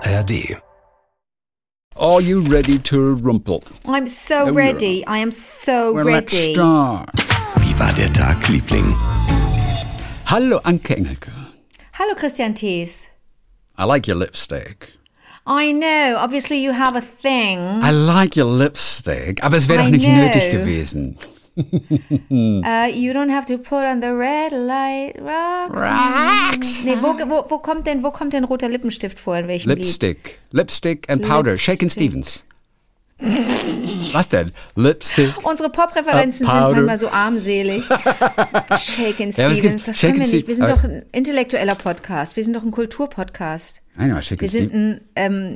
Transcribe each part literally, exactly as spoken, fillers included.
R D. Are you ready to rumple? I'm so Oh, ready. I am so Well, let's ready. start. Wie war der Tag, Liebling? Hallo, Anke Engelke. Hallo Christian Thees. I like your lipstick. I know, obviously you have a thing. I like your lipstick. Aber es wäre I doch nicht know. nötig gewesen. Uh, you don't have to put on the red light rocks. Rocks. Nee, wo, wo, wo, kommt denn, wo kommt denn roter Lippenstift vor? In welchem Lipstick. Lipstick and powder. Lipstick. Shakin' Stevens. Was denn? Lipstick. Lied? Unsere Pop-Referenzen Uh, sind powder. manchmal so armselig. Shakin' Ja, was Stevens, gibt's? das Shakin' können wir nicht. Wir sind Stevens. doch ein intellektuest Podcast. Wir sind doch ein Kulturpodcast. I know, Shakin' Wir sind Stevens. ein ähm,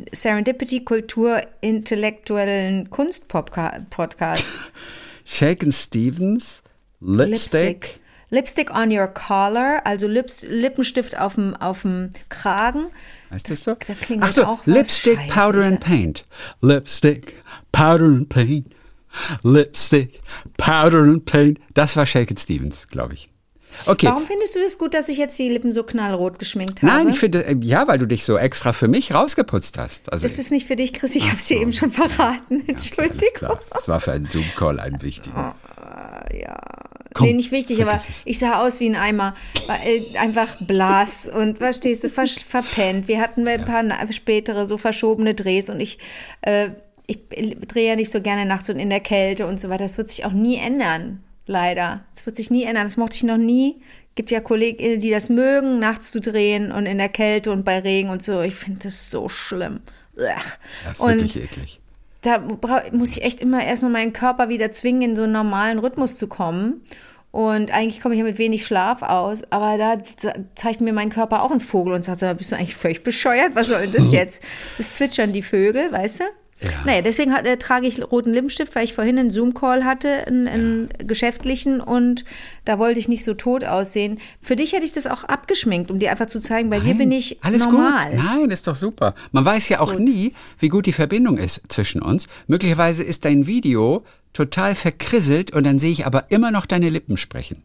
Serendipity-Kultur-intellektuellen Kunst-Podcast. Shakin' Stevens. Lipstick. Lipstick on your collar, also Lips, Lippenstift auf dem, auf dem Kragen. Heißt das so? Da klingelt Ach so, auch was. Lipstick, Scheiße, Powder ich- and Paint. Lipstick, Powder and Paint. Lipstick, Powder and Paint. Das war Shakin' Stevens, glaube ich. Okay. Warum findest du das gut, dass ich jetzt die Lippen so knallrot geschminkt habe? Nein, ich finde, äh, ja, weil du dich so extra für mich rausgeputzt hast. Also, Das ist nicht für dich, Chris, ich habe es dir eben schon verraten. okay, alles Entschuldigung. klar. Das war für einen Zoom-Call ein wichtiger. Ja. Komm, nee, nicht wichtig, aber vergiss es. ich sah aus wie ein Eimer. War, äh, einfach blass und, verstehst du, ver verpennt. Wir hatten ein paar na- spätere, so verschobene Drehs und ich, äh, ich drehe ja nicht so gerne nachts und in der Kälte und so weiter. Das wird sich auch nie ändern, leider. Das wird sich nie ändern. Das mochte ich noch nie. Gibt ja Kollegen, die das mögen, nachts zu drehen und in der Kälte und bei Regen und so. Ich finde das so schlimm. Ugh. Das ist und wirklich eklig. da bra- muss ich echt immer erstmal meinen Körper wieder zwingen, in so einen normalen Rhythmus zu kommen. Und eigentlich komme ich ja mit wenig Schlaf aus, aber da ze- zeigt mir mein Körper auch einen Vogel und sagt, sag mal, bist du eigentlich völlig bescheuert? Was soll denn das jetzt? Das zwitschern die Vögel, weißt du? Ja. Naja, deswegen hat, äh, trage ich roten Lippenstift, weil ich vorhin einen Zoom-Call hatte, einen, einen geschäftlichen, und da wollte ich nicht so tot aussehen. Für dich hätte ich das auch abgeschminkt, um dir einfach zu zeigen, bei dir bin ich Alles normal. gut. Nein, ist doch super. Man weiß ja auch nie, wie gut die Verbindung ist zwischen uns. Möglicherweise ist dein Video total verkrisselt und dann sehe ich aber immer noch deine Lippen sprechen.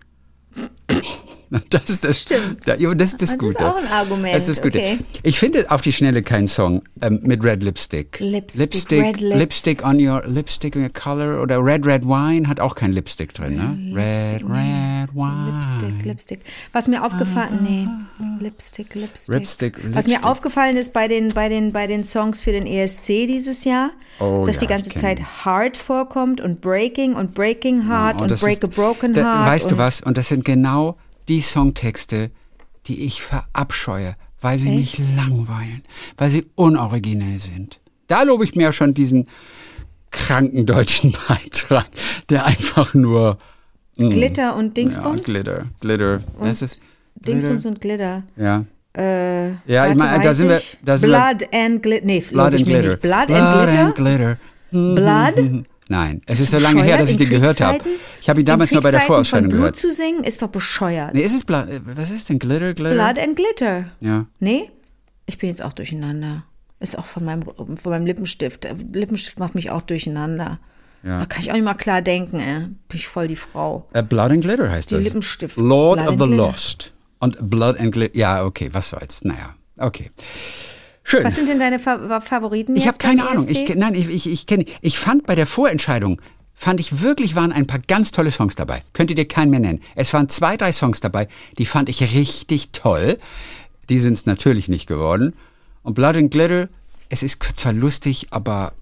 Das ist das, Stimmt. Da, ja, das ist das Das Gute. ist auch ein Argument, Das ist das Gute. okay. Ich finde auf die Schnelle keinen Song ähm, mit Red Lipstick. Lipstick, Lipstick, Red Lips. Lipstick on your Lipstick on your color oder Red Red Wine hat auch kein Lipstick drin, ne? Red Lipstick, nee. Red Wine. Lipstick, Lipstick. Was mir aufgefallen, nee, Lipstick, Lipstick. Lipstick, Was mir Lipstick. aufgefallen ist bei den, bei den, bei den Songs für den E S C dieses Jahr, Oh dass ja, die ganze ich kenn Zeit die. Hard vorkommt und Breaking und Breaking Heart Und und das Break ist- a Broken da, Heart. Weißt du und was? Und das sind genau die Songtexte, die ich verabscheue, weil sie mich langweilen, weil sie unoriginell sind. Da lobe ich mir ja schon diesen kranken deutschen Beitrag, der einfach nur Glitter und ja, Dingsbums? Glitter, Glitter. Was ist Dingsbums Glitter? und Glitter. Ja. Äh, Ja, ich warte, meine, da weiß sind wir- ich? da sind wir- Blood and Glitter. Nee, Blood lobe ich and mir Glitter. nicht. Blood, and Glitter? Glitter. Blood? Nein, es ist du so lange her, bescheuert, dass ich in den gehört habe. Kriegszeiten? Ich habe ihn damals In nur bei der Kriegszeiten Vorausscheidung von Blut gehört. zu singen, ist doch bescheuert. Nee, ist es Blood? Was ist denn Glitter, Glitter? Blood and Glitter. Ja. Nee? Ich bin jetzt auch durcheinander. Ist auch von meinem, von meinem Lippenstift. Lippenstift macht mich auch durcheinander. Ja. Da kann ich auch nicht mal klar denken, ey. Bin ich voll die Frau. Uh, Blood and Glitter heißt Die das. Lippenstift. Lord Blood of and the Glitter. Lost. Und Blood and Glitter. Ja, okay, was soll's. Naja, okay. Schön. Was sind denn deine Fa Favoriten Ich jetzt habe keine beim Ahnung. E S C? Ich, nein, ich, ich, ich kenne. Ich fand bei der Vorentscheidung, fand ich wirklich, waren ein paar ganz tolle Songs dabei. Könnt ihr dir keinen mehr nennen. Es waren zwei, drei Songs dabei, die fand ich richtig toll. Die sind es natürlich nicht geworden. Und Blood and Glitter, es ist zwar lustig, aber,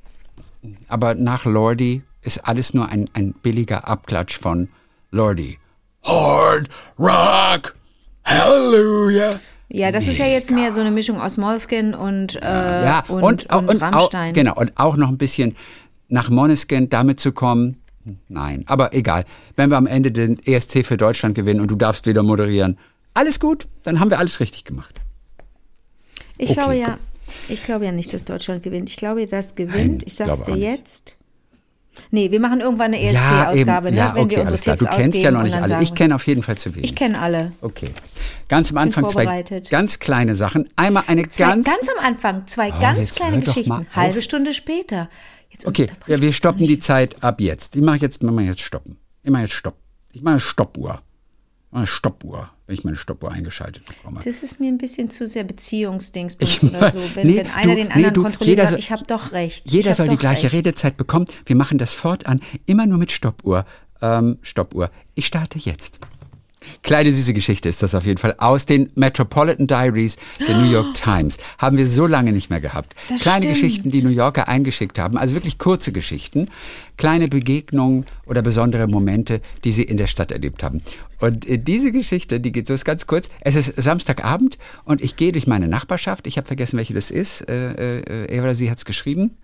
aber nach Lordi ist alles nur ein, ein billiger Abklatsch von Lordi. Hard Rock, Hallelujah. Ja, das ist ja jetzt mehr so eine Mischung aus Moleskine und, äh, Ja, und, und, und, und, Rammstein. Auch, genau, und auch noch ein bisschen nach Måneskin damit zu kommen. Nein, aber egal. Wenn wir am Ende den E S C für Deutschland gewinnen und du darfst wieder moderieren, alles gut, dann haben wir alles richtig gemacht. Ich Okay, glaube ja, gut. ich glaube ja nicht, dass Deutschland gewinnt. Ich glaube, das gewinnt. Nein, ich sag's glaube dir auch nicht. jetzt. Nee, wir machen irgendwann eine E S C-Ausgabe, eben. ne? Ja, wenn okay, wir unsere alles klar. Tipps Du kennst ausgeben ja noch und nicht dann alle. sagen Ich wir- kenne auf jeden Fall zu wenig. Ich kenne alle. Okay. Ganz am Anfang zwei vorbereitet. ganz kleine Sachen. Einmal eine Zwei, ganz... ganz am Anfang, zwei Oh, ganz jetzt kleine hör doch Geschichten. mal auf. Halbe Stunde später. Jetzt Okay, unterbrich ja, wir mich stoppen nicht. die Zeit ab jetzt. Ich mache jetzt, mach mal jetzt stoppen. Ich mache jetzt Stopp. Ich mache Stoppuhr. Eine Stoppuhr, wenn ich meine Stoppuhr eingeschaltet bekomme. Das ist mir ein bisschen zu sehr Beziehungsdings Ich- oder so. Wenn, nee, wenn einer du- den nee, anderen du, kontrolliert, jeder sagt, soll- ich habe doch recht. ich Jeder hab soll die doch gleiche recht. Redezeit bekommen. Wir machen das fortan, immer nur mit Stoppuhr. Ähm, Stoppuhr. Ich starte jetzt. Kleine süße Geschichte ist das auf jeden Fall. Aus den Metropolitan Diaries der New York Times. Haben wir so lange nicht mehr gehabt. Das Kleine stimmt. Geschichten, die New Yorker eingeschickt haben. Also wirklich kurze Geschichten. Kleine Begegnungen oder besondere Momente, die sie in der Stadt erlebt haben. Und äh, diese Geschichte, die geht so, ist ganz kurz. Es ist Samstagabend und ich gehe durch meine Nachbarschaft. Ich habe vergessen, welche das ist. Äh, äh, er oder sie hat es geschrieben.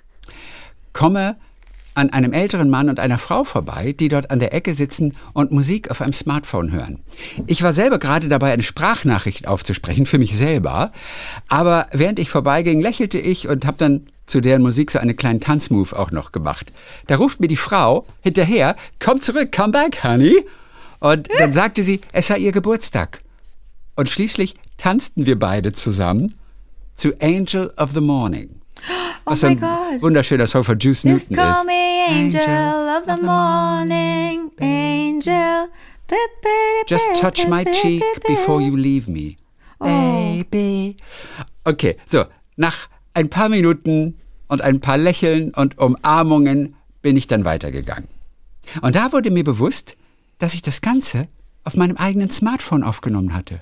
Komme an einem älteren Mann und einer Frau vorbei, die dort an der Ecke sitzen und Musik auf einem Smartphone hören. Ich war selber gerade dabei, eine Sprachnachricht aufzusprechen, für mich selber. Aber während ich vorbeiging, lächelte ich und habe dann zu deren Musik so einen kleinen Tanzmove auch noch gemacht. Da ruft mir die Frau hinterher, komm zurück, come back, honey. Und dann sagte sie, es sei ihr Geburtstag. Und schließlich tanzten wir beide zusammen zu Angel of the Morning. Oh Was mein ein Gott. wunderschöner Song von Juice Just Newton call ist. me angel of the morning, angel. Just touch my cheek before you leave me. Baby. Okay, so, nach ein paar Minuten und ein paar Lächeln und Umarmungen bin ich dann weitergegangen. Und da wurde mir bewusst, dass ich das Ganze auf meinem eigenen Smartphone aufgenommen hatte.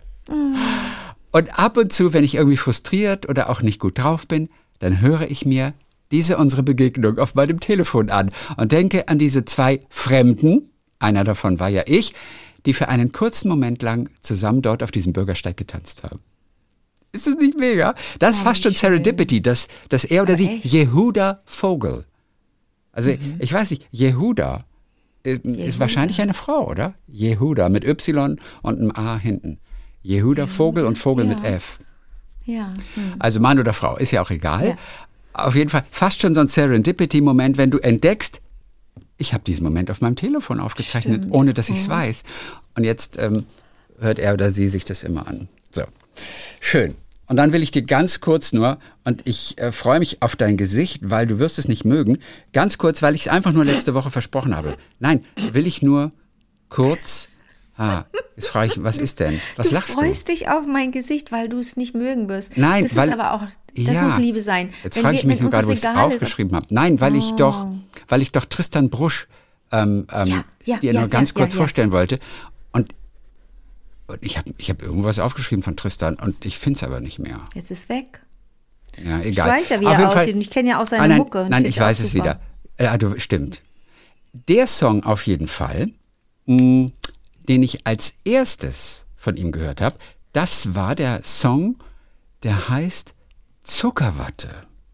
Und ab und zu, wenn ich irgendwie frustriert oder auch nicht gut drauf bin, dann höre ich mir diese unsere Begegnung auf meinem Telefon an und denke an diese zwei Fremden, einer davon war ja ich, die für einen kurzen Moment lang zusammen dort auf diesem Bürgersteig getanzt haben. Ist das nicht mega? Das ist Oh, fast schon wie schön. Serendipity, dass, dass er oder Aber sie, echt? Jehuda Vogel. Also Mhm. ich weiß nicht, Jehuda äh, ist wahrscheinlich eine Frau, oder? Jehuda mit Y und einem A hinten. Jehuda Vogel und Vogel ja. mit F. Ja. Hm. Also Mann oder Frau, ist ja auch egal. Ja. Auf jeden Fall fast schon so ein Serendipity-Moment, wenn du entdeckst, ich habe diesen Moment auf meinem Telefon aufgezeichnet, Stimmt. ohne dass ich es Mhm. weiß. Und jetzt ähm, hört er oder sie sich das immer an. So, schön. Und dann will ich dir ganz kurz nur, und ich äh, freue mich auf dein Gesicht, weil du wirst es nicht mögen, ganz kurz, weil ich es einfach nur letzte Woche versprochen habe. Nein, will ich nur kurz... Ah, jetzt frage ich, was ist denn? Was Du lachst du? freust dich auf mein Gesicht, weil du es nicht mögen wirst. Nein, das weil, ist aber auch, das ja, muss Liebe sein. Jetzt Wenn frage wir- ich mich wenn nur uns gerade, wo das ich es egal ist. aufgeschrieben habe. Nein, weil ich Oh. doch, weil ich doch Tristan Brusch ähm, ähm, Ja, ja, dir ja, nur ganz ja, kurz ja, ja. vorstellen wollte. Und, und ich habe ich hab irgendwas aufgeschrieben von Tristan und ich finde es aber nicht mehr. Jetzt ist weg. Ja, Ich egal. weiß ja, wie Auf er jeden Fall- aussieht. Und ich kenne ja auch seine Ah, nein, Mucke. und Nein, find ich auch weiß es super. wieder. Ja, du, stimmt. Der Song auf jeden Fall, mh, den ich als erstes von ihm gehört habe, das war der Song, der heißt Zuckerwatte.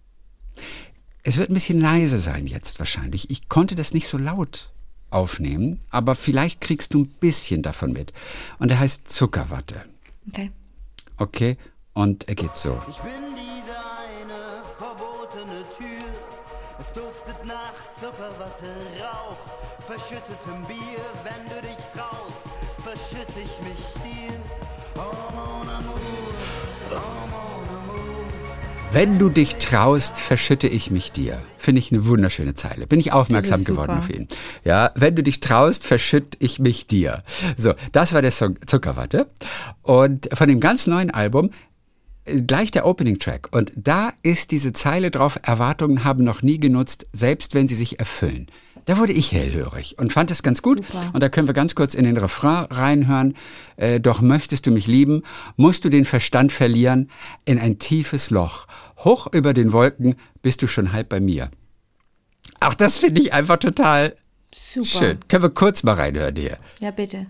Es wird ein bisschen leise sein jetzt wahrscheinlich. Ich konnte das nicht so laut aufnehmen, aber vielleicht kriegst du ein bisschen davon mit. Und er heißt Zuckerwatte. Okay. Okay? Und er geht so. Ich bin diese eine verbotene Tür. Es duftet nach Zuckerwatte, Rauch, verschüttetem Bier. Wenn du dich traust, verschütte ich mich dir. Oh mon amour, oh mon amour. Wenn du dich traust, verschütte ich mich dir. Finde ich eine wunderschöne Zeile. Bin ich aufmerksam Das ist geworden super. auf ihn. Ja, wenn du dich traust, verschütte ich mich dir. So, das war der Song Zuckerwatte. Und von dem ganz neuen Album äh, gleich der Opening-Track. Und da ist diese Zeile drauf, Erwartungen haben noch nie genutzt, selbst wenn sie sich erfüllen. Da wurde ich hellhörig und fand es ganz gut. Super. Und da können wir ganz kurz in den Refrain reinhören. Äh, doch möchtest du mich lieben, musst du den Verstand verlieren in ein tiefes Loch. Hoch über den Wolken bist du schon halb bei mir. Auch das finde ich einfach total Super. schön. Können wir kurz mal reinhören hier. Ja, bitte.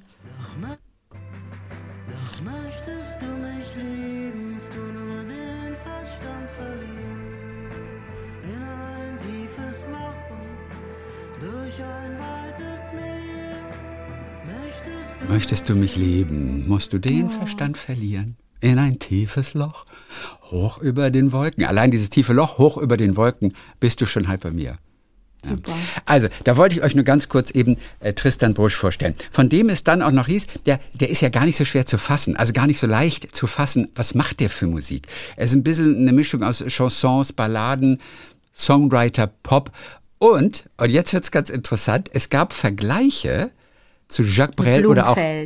Doch möchtest du mich lieben, musst du nur den Verstand verlieren. In ein tiefes Loch, durch ein weites Meer. Möchtest du Möchtest du mich lieben, musst du den Verstand verlieren. In ein tiefes Loch, hoch über den Wolken. Allein dieses tiefe Loch, hoch über den Wolken, bist du schon halb bei mir. Super. Also, da wollte ich euch nur ganz kurz eben äh, Tristan Brusch vorstellen. Von dem es dann auch noch hieß, der, der ist ja gar nicht so schwer zu fassen, also gar nicht so leicht zu fassen. Was macht der für Musik? Er ist ein bisschen eine Mischung aus Chansons, Balladen, Songwriter, Pop und, und jetzt wird's ganz interessant, es gab Vergleiche zu Jacques Brel oder auch Blumenfeld.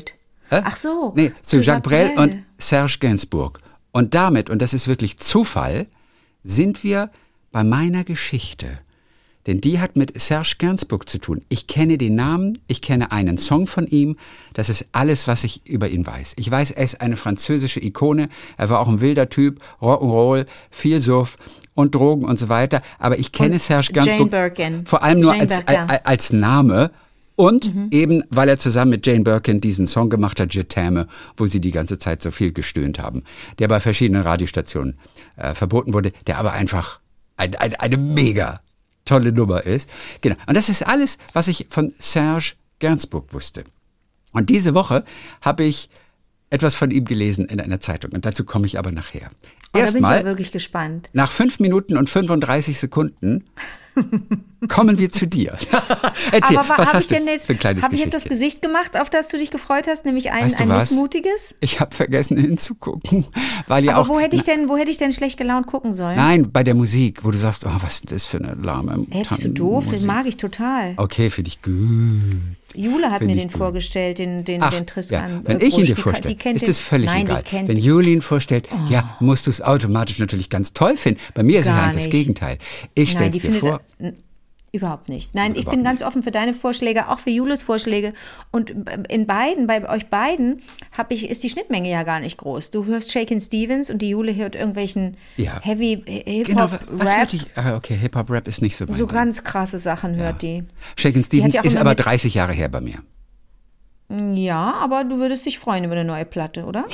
Hä? Ach so. Nee, zu, zu Jacques Brel, Brel und Serge Gainsbourg. Und damit, und das ist wirklich Zufall, sind wir bei meiner Geschichte. Denn die hat mit Serge Gainsbourg zu tun. Ich kenne den Namen, ich kenne einen Song von ihm. Das ist alles, was ich über ihn weiß. Ich weiß, er ist eine französische Ikone. Er war auch ein wilder Typ, Rock'n'Roll, viel Suff und Drogen und so weiter. Aber ich kenne und Serge Gainsbourg Jane Birkin. vor allem nur Jane als, Birkin. als, als Name. Und mhm. eben, weil er zusammen mit Jane Birkin diesen Song gemacht hat, Je t'aime, wo sie die ganze Zeit so viel gestöhnt haben. Der bei verschiedenen Radiostationen äh, verboten wurde, der aber einfach ein, ein, eine mega tolle Nummer ist. Genau. Und das ist alles, was ich von Serge Gainsbourg wusste. Und diese Woche habe ich etwas von ihm gelesen in einer Zeitung. Und dazu komme ich aber nachher. Oh, Erstmal, da bin ich ja wirklich gespannt. Nach fünf Minuten und fünfunddreißig Sekunden kommen wir zu dir. Erzähl, aber was hast ich du jetzt, für ein kleines Habe ich jetzt Geschichtchen? das Gesicht gemacht, auf das du dich gefreut hast, nämlich ein, Weißt du ein was? missmutiges? Ich habe vergessen hinzugucken, weil ja Aber auch. wo hätte ich denn, wo hätte ich denn schlecht gelaunt gucken sollen? Nein, bei der Musik, wo du sagst, oh, was ist das für eine lahme Ey, bist du doof? Das mag ich total. Okay, finde ich gut. Jule hat Find mir ich den gut. vorgestellt, den, den, Ach, den Tristan. ja. Wenn äh, ich ihn dir die- vorstelle, die kennt ist den- das völlig Nein, egal. Die kennt Wenn Jule ihn vorstellt, ja, musst du es automatisch natürlich ganz toll finden. Bei mir ist es Gar eigentlich das nicht. Gegenteil. Ich stelle Nein, es die dir findet vor. N- Überhaupt nicht. Nein, ich Überhaupt bin ganz nicht. offen für deine Vorschläge, auch für Jules Vorschläge. Und in beiden, bei euch beiden, hab ich, ist die Schnittmenge ja gar nicht groß. Du hörst Shakin' Stevens und die Jule hört irgendwelchen Ja. Heavy Genau, Hip-Hop, was Rap. würde ich. Ah, okay, Hip-Hop-Rap ist nicht so mein So Ding. ganz krasse Sachen hört die. Shakin' hat Stevens ja auch ist immer aber mit- dreißig Jahre her bei mir. Ja, aber du würdest dich freuen über eine neue Platte, oder?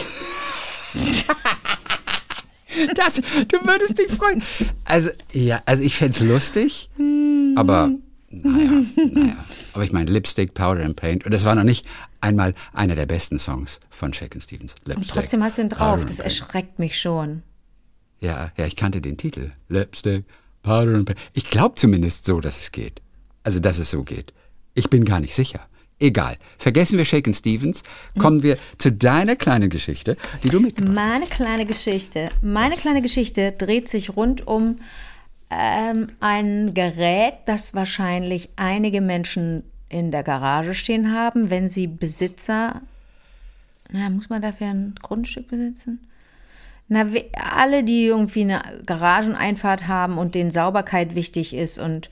Das, du würdest dich freuen. Also, ja, also ich fände es lustig, aber naja, naja. Aber ich meine, Lipstick, Powder and Paint. Und das war noch nicht einmal einer der besten Songs von Shakin' Stevens. Lipstick, Und trotzdem hast du ihn Powder drauf. and Das Paint. erschreckt mich schon. Ja, ja, ich kannte den Titel. Lipstick, Powder and Paint. Ich glaube zumindest so, dass es geht. Also, dass es so geht. Ich bin gar nicht sicher. Egal. Vergessen wir Shakin' Stevens. Kommen wir zu deiner kleinen Geschichte, die du mitgebracht hast. Meine kleine Geschichte. Meine kleine Geschichte dreht sich rund um ähm, ein Gerät, das wahrscheinlich einige Menschen in der Garage stehen haben, wenn sie Besitzer, na, muss man dafür ein Grundstück besitzen? Na, we- alle, die irgendwie eine Garageneinfahrt haben und denen Sauberkeit wichtig ist und,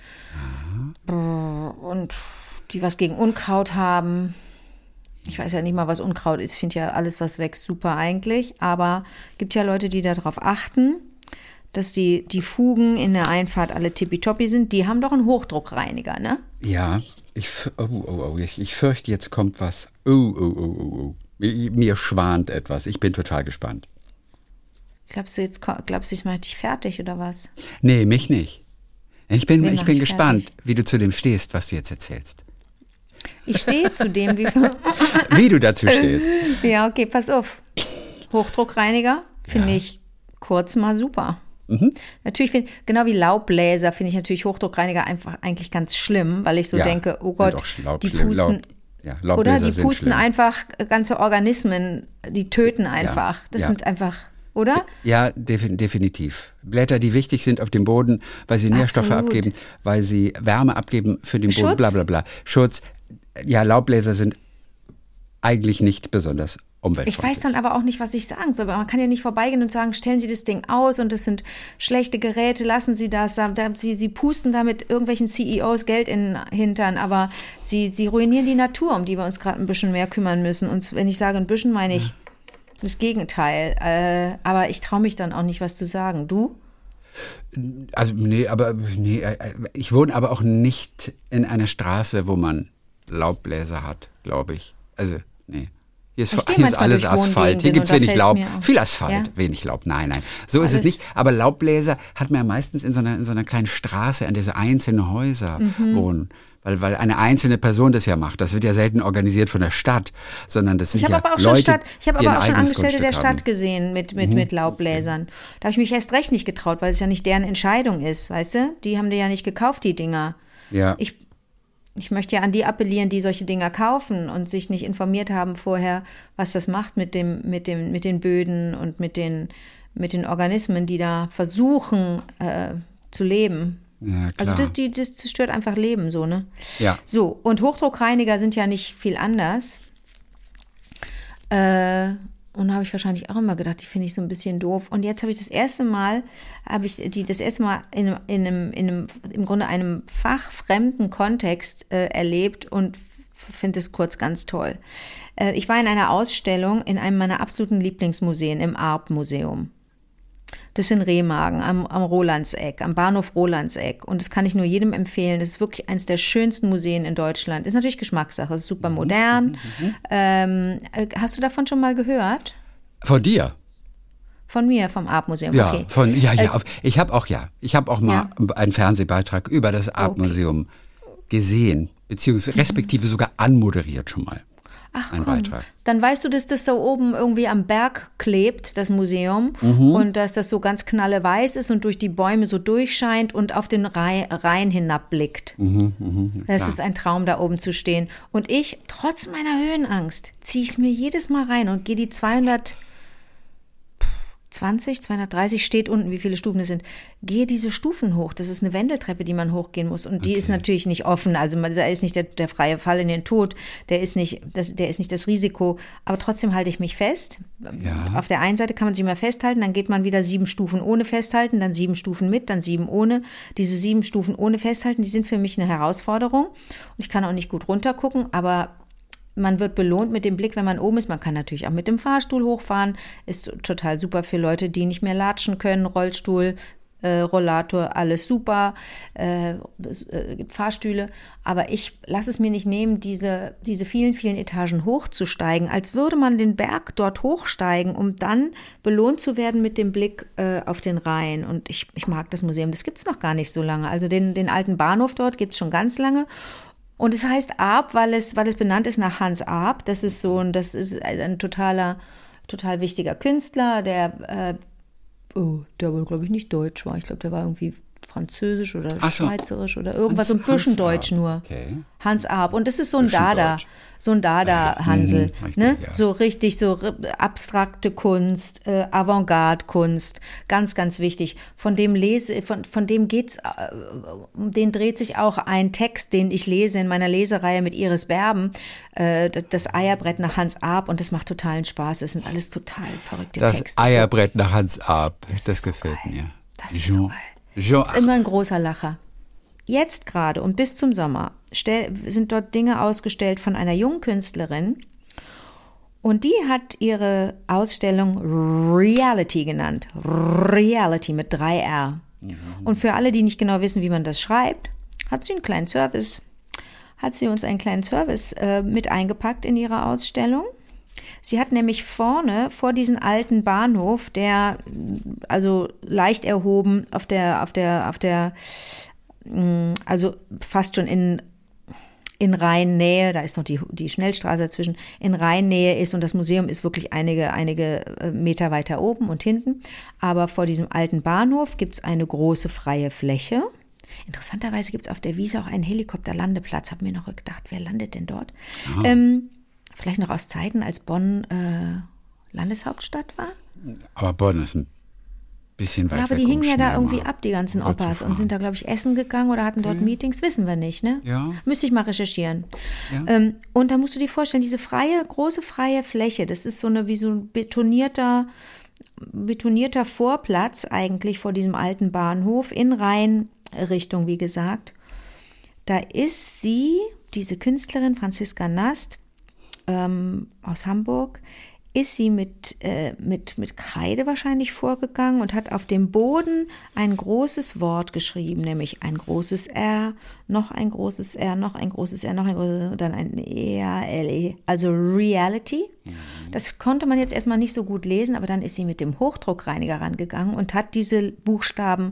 und die was gegen Unkraut haben. Ich weiß ja nicht mal, was Unkraut ist. Ich finde ja alles, was wächst, super eigentlich. Aber es gibt ja Leute, die darauf achten, dass die, die Fugen in der Einfahrt alle tippitoppi sind. Die haben doch einen Hochdruckreiniger, ne? Ja, ich, f- oh, oh, oh, ich, ich fürchte, jetzt kommt was. Oh, oh, oh, oh, oh. Mir, mir schwant etwas. Ich bin total gespannt. Glaubst du, jetzt ko- glaubst du, ich mache dich fertig oder was? Nee, mich nicht. Ich bin, Wen ich mach bin ich gespannt, fertig? wie du zu dem stehst, was du jetzt erzählst. Ich stehe zu dem, wie. Wie du dazu stehst. Ja, okay, pass auf. Hochdruckreiniger finde ich kurz mal super. Mhm. Natürlich finde genau wie Laubbläser finde ich natürlich Hochdruckreiniger einfach eigentlich ganz schlimm, weil ich so Ja, denke, oh sind Gott, auch Laub- die schlimm, pusten Laub- ja, oder Laubbläser die sind pusten schlimm. einfach ganze Organismen, die töten einfach. Das ja. sind einfach, oder? Ja, defin- definitiv. Blätter, die wichtig sind auf dem Boden, weil sie Nährstoffe Absolut. abgeben, weil sie Wärme abgeben für den Boden, Schutz. bla bla bla. Schutz. Ja, Laubbläser sind eigentlich nicht besonders Ich umweltfreundlich. weiß dann aber auch nicht, was ich sagen soll. Man kann ja nicht vorbeigehen und sagen, stellen Sie das Ding aus und das sind schlechte Geräte, lassen Sie das. Da, da, Sie, Sie pusten damit irgendwelchen C E Os Geld in den Hintern, aber Sie, Sie ruinieren die Natur, um die wir uns gerade ein bisschen mehr kümmern müssen. Und wenn ich sage ein bisschen, meine ich das Gegenteil. Äh, aber ich traue mich dann auch nicht, was zu sagen. Du? Also, nee, aber nee, äh, ich wohne aber auch nicht in einer Straße, wo man Laubbläser hat, glaube ich. Also, nee. Hier ist, Ich geh hier ist manchmal alles durch Asphalt. Wohngegenden Hier gibt es und da wenig fällt's Laub. mir auf. Viel Asphalt, Ja? wenig Laub. Nein, nein. So ist es Alles- nicht. Aber Laubbläser hat man ja meistens in so einer, in so einer kleinen Straße, an der so einzelne Häuser Mhm. wohnen. Weil, weil eine einzelne Person das ja macht. Das wird ja selten organisiert von der Stadt, sondern das sind Ich habe ja aber auch Leute, schon, Stadt, ich habe die aber ein auch schon eigenes Angestellte der Grundstück Stadt haben. gesehen mit, mit, mit Laubbläsern. Da habe ich mich erst recht nicht getraut, weil es ja nicht deren Entscheidung ist, weißt du? Die haben die ja nicht gekauft, die Dinger. Ja. Ich, ich möchte ja an die appellieren, die solche Dinger kaufen und sich nicht informiert haben vorher, was das macht mit dem, mit dem, mit den Böden und mit den, mit den Organismen, die da versuchen äh, zu leben. Ja, klar. Also das, die, das zerstört einfach Leben, so, ne? Ja. So, und Hochdruckreiniger sind ja nicht viel anders. Äh, und habe ich wahrscheinlich auch immer gedacht, die finde ich so ein bisschen doof. Und jetzt habe ich das erste Mal, habe ich die das erste Mal in, in einem, in einem, im Grunde einem fachfremden Kontext äh, erlebt und finde es kurz ganz toll. Äh, ich war in einer Ausstellung in einem meiner absoluten Lieblingsmuseen, im Arp-Museum. Das ist in Remagen, am, am Rolandseck, am Bahnhof Rolandseck. Und das kann ich nur jedem empfehlen. Das ist wirklich eines der schönsten Museen in Deutschland. Ist natürlich Geschmackssache, ist super modern. Mhm. Ähm, hast du davon schon mal gehört? Von dir? Von mir, vom Arp-Museum. Ja, okay. von, ja, ja. Äh, ich habe auch, ja, ich habe auch mal ja. einen Fernsehbeitrag über das Arp-Museum okay. gesehen, beziehungsweise respektive mhm. sogar anmoderiert schon mal. Ach ein komm, Beitrag. Dann weißt du, dass das da oben irgendwie am Berg klebt, das Museum, mhm. und dass das so ganz knalleweiß ist und durch die Bäume so durchscheint und auf den Rhein hinabblickt. Mhm, mh, das ist ein Traum, da oben zu stehen. Und ich, trotz meiner Höhenangst, ziehe ich es mir jedes Mal rein und gehe die zweihundertzwanzig, zweihundertdreißig, steht unten, wie viele Stufen es sind, gehe diese Stufen hoch. Das ist eine Wendeltreppe, die man hochgehen muss. Und die okay. ist natürlich nicht offen. Also da ist nicht der, der freie Fall in den Tod, der ist nicht das, der ist nicht das Risiko. Aber trotzdem halte ich mich fest. Ja. Auf der einen Seite kann man sich mal festhalten, dann geht man wieder sieben Stufen ohne festhalten, dann sieben Stufen mit, dann sieben ohne. Diese sieben Stufen ohne festhalten, die sind für mich eine Herausforderung. Und ich kann auch nicht gut runtergucken, aber man wird belohnt mit dem Blick, wenn man oben ist. Man kann natürlich auch mit dem Fahrstuhl hochfahren. Ist total super für Leute, die nicht mehr latschen können. Rollstuhl, äh, Rollator, alles super. Äh, äh, gibt Fahrstühle. Aber ich lasse es mir nicht nehmen, diese, diese vielen, vielen Etagen hochzusteigen, als würde man den Berg dort hochsteigen, um dann belohnt zu werden mit dem Blick äh, auf den Rhein. Und ich, ich mag das Museum. Das gibt es noch gar nicht so lange. Also den, den alten Bahnhof dort gibt es schon ganz lange. Und es heißt Arp, weil es, weil es benannt ist nach Hans Arp. Das ist so ein, das ist ein totaler, total wichtiger Künstler, der, äh, oh, der aber, glaube ich, nicht deutsch war. Ich glaube, der war irgendwie französisch oder Ach so. schweizerisch oder irgendwas, Hans, so ein bisschen Hans deutsch Arp. nur. Okay. Hans Arp. Und das ist so ein Bisschen Dada, deutsch. so ein Dada-Hansel. Mhm, richtig, ne? ja. So richtig, so abstrakte Kunst, äh, Avantgarde-Kunst, ganz, ganz wichtig. Von dem lese, von, von dem geht's, äh, um den dreht sich auch ein Text, den ich lese in meiner Lesereihe mit Iris Berben, äh, das Eierbrett nach Hans Arp, und das macht totalen Spaß. Das sind alles total verrückte das Texte. Das Eierbrett nach Hans Arp, das, das gefällt so mir. Das ist Jean. so geil. Jean. Das ist immer ein großer Lacher. Jetzt gerade und bis zum Sommer stell, sind dort Dinge ausgestellt von einer jungen Künstlerin, und die hat ihre Ausstellung Reality genannt. Reality mit drei R. Mhm. Und für alle, die nicht genau wissen, wie man das schreibt, hat sie einen kleinen Service, hat sie uns einen kleinen Service äh, mit eingepackt in ihre Ausstellung. Sie hat nämlich vorne vor diesen alten Bahnhof, der also leicht erhoben auf der, auf der, auf der, also fast schon in, in Rheinnähe, da ist noch die, die Schnellstraße dazwischen, in Rheinnähe ist, und das Museum ist wirklich einige, einige Meter weiter oben und hinten. Aber vor diesem alten Bahnhof gibt es eine große freie Fläche. Interessanterweise gibt es auf der Wiese auch einen Helikopterlandeplatz. Hab mir noch gedacht, wer landet denn dort? Oh. Ähm, Vielleicht noch aus Zeiten, als Bonn äh, Landeshauptstadt war. Aber Bonn ist ein bisschen weit weg. Ja, aber die hingen ja da irgendwie mal ab, die ganzen Opas, und sind da, glaube ich, essen gegangen oder hatten dort okay. Meetings. Wissen wir nicht, ne? Ja. Müsste ich mal recherchieren. Ja. Ähm, und da musst du dir vorstellen, diese freie, große freie Fläche, das ist so eine wie so ein betonierter, betonierter Vorplatz eigentlich vor diesem alten Bahnhof in Rheinrichtung, wie gesagt. Da ist sie, diese Künstlerin Franziska Nast, Ähm, aus Hamburg, ist sie mit, äh, mit, mit Kreide wahrscheinlich vorgegangen und hat auf dem Boden ein großes Wort geschrieben, nämlich ein großes R, noch ein großes R, noch ein großes R, noch ein großes R, dann ein E A L E, also Reality. Mhm. Das konnte man jetzt erstmal nicht so gut lesen, aber dann ist sie mit dem Hochdruckreiniger rangegangen und hat diese Buchstaben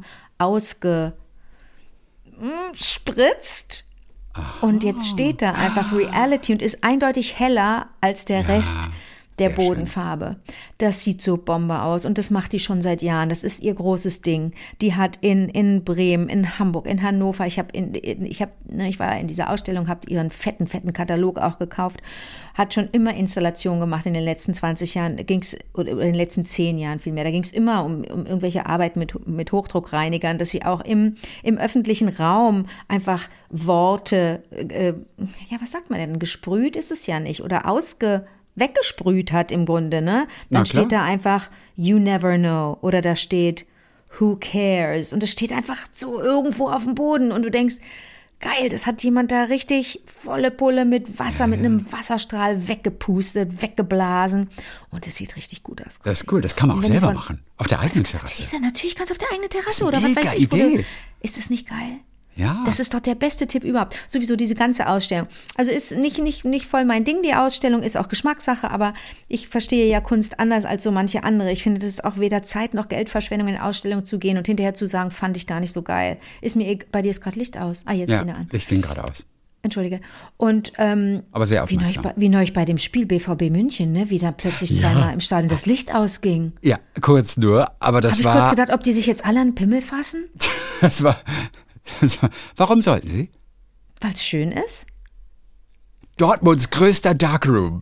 ausgespritzt. Und jetzt steht da einfach Reality und ist eindeutig heller als der ja, Rest der Bodenfarbe. Schön. Das sieht so Bombe aus, und das macht die schon seit Jahren. Das ist ihr großes Ding. Die hat in, in Bremen, in Hamburg, in Hannover, ich habe in, ich habe, ne, ich war in dieser Ausstellung, habe ihren fetten, fetten Katalog auch gekauft, hat schon immer Installationen gemacht in den letzten zwanzig Jahren, ging's, oder in den letzten zehn Jahren vielmehr, da ging es immer um, um irgendwelche Arbeit mit, mit Hochdruckreinigern, dass sie auch im, im öffentlichen Raum einfach Worte, äh, ja, was sagt man denn, gesprüht ist es ja nicht, oder ausge weggesprüht hat im Grunde, ne? Na, Dann klar. steht da einfach You never know oder da steht Who cares? Und es steht einfach so irgendwo auf dem Boden und du denkst, geil, das hat jemand da richtig volle Pulle mit Wasser, mit einem Wasserstrahl weggepustet, weggeblasen und es sieht richtig gut aus. Das ist cool, das kann man auch Wenn du selber von- machen. Auf der eigenen Das Terrasse. ist ja natürlich ganz auf der eigenen Terrasse Das ist oder eine was weiß mega ich. wo du- Idee. Ist das nicht geil? Ja. Das ist doch der beste Tipp überhaupt. Sowieso diese ganze Ausstellung. Also ist nicht, nicht, nicht voll mein Ding, die Ausstellung, ist auch Geschmackssache, aber ich verstehe ja Kunst anders als so manche andere. Ich finde, das ist auch weder Zeit noch Geldverschwendung, in eine Ausstellung zu gehen und hinterher zu sagen, fand ich gar nicht so geil. Ist mir, eg- bei dir ist gerade Licht aus. Ah, jetzt Ja, wieder an. Licht ging gerade aus. Entschuldige. Und ähm, Aber sehr wie neulich, aufmerksam. bei, wie neulich bei dem Spiel B V B München, ne, wie da plötzlich zweimal im Stadion das Licht ausging. Ja, kurz nur, aber das Habe ich war, kurz gedacht, ob die sich jetzt alle an den Pimmel fassen, das war, das war, warum sollten sie? weil es schön ist? Dortmunds größter Darkroom.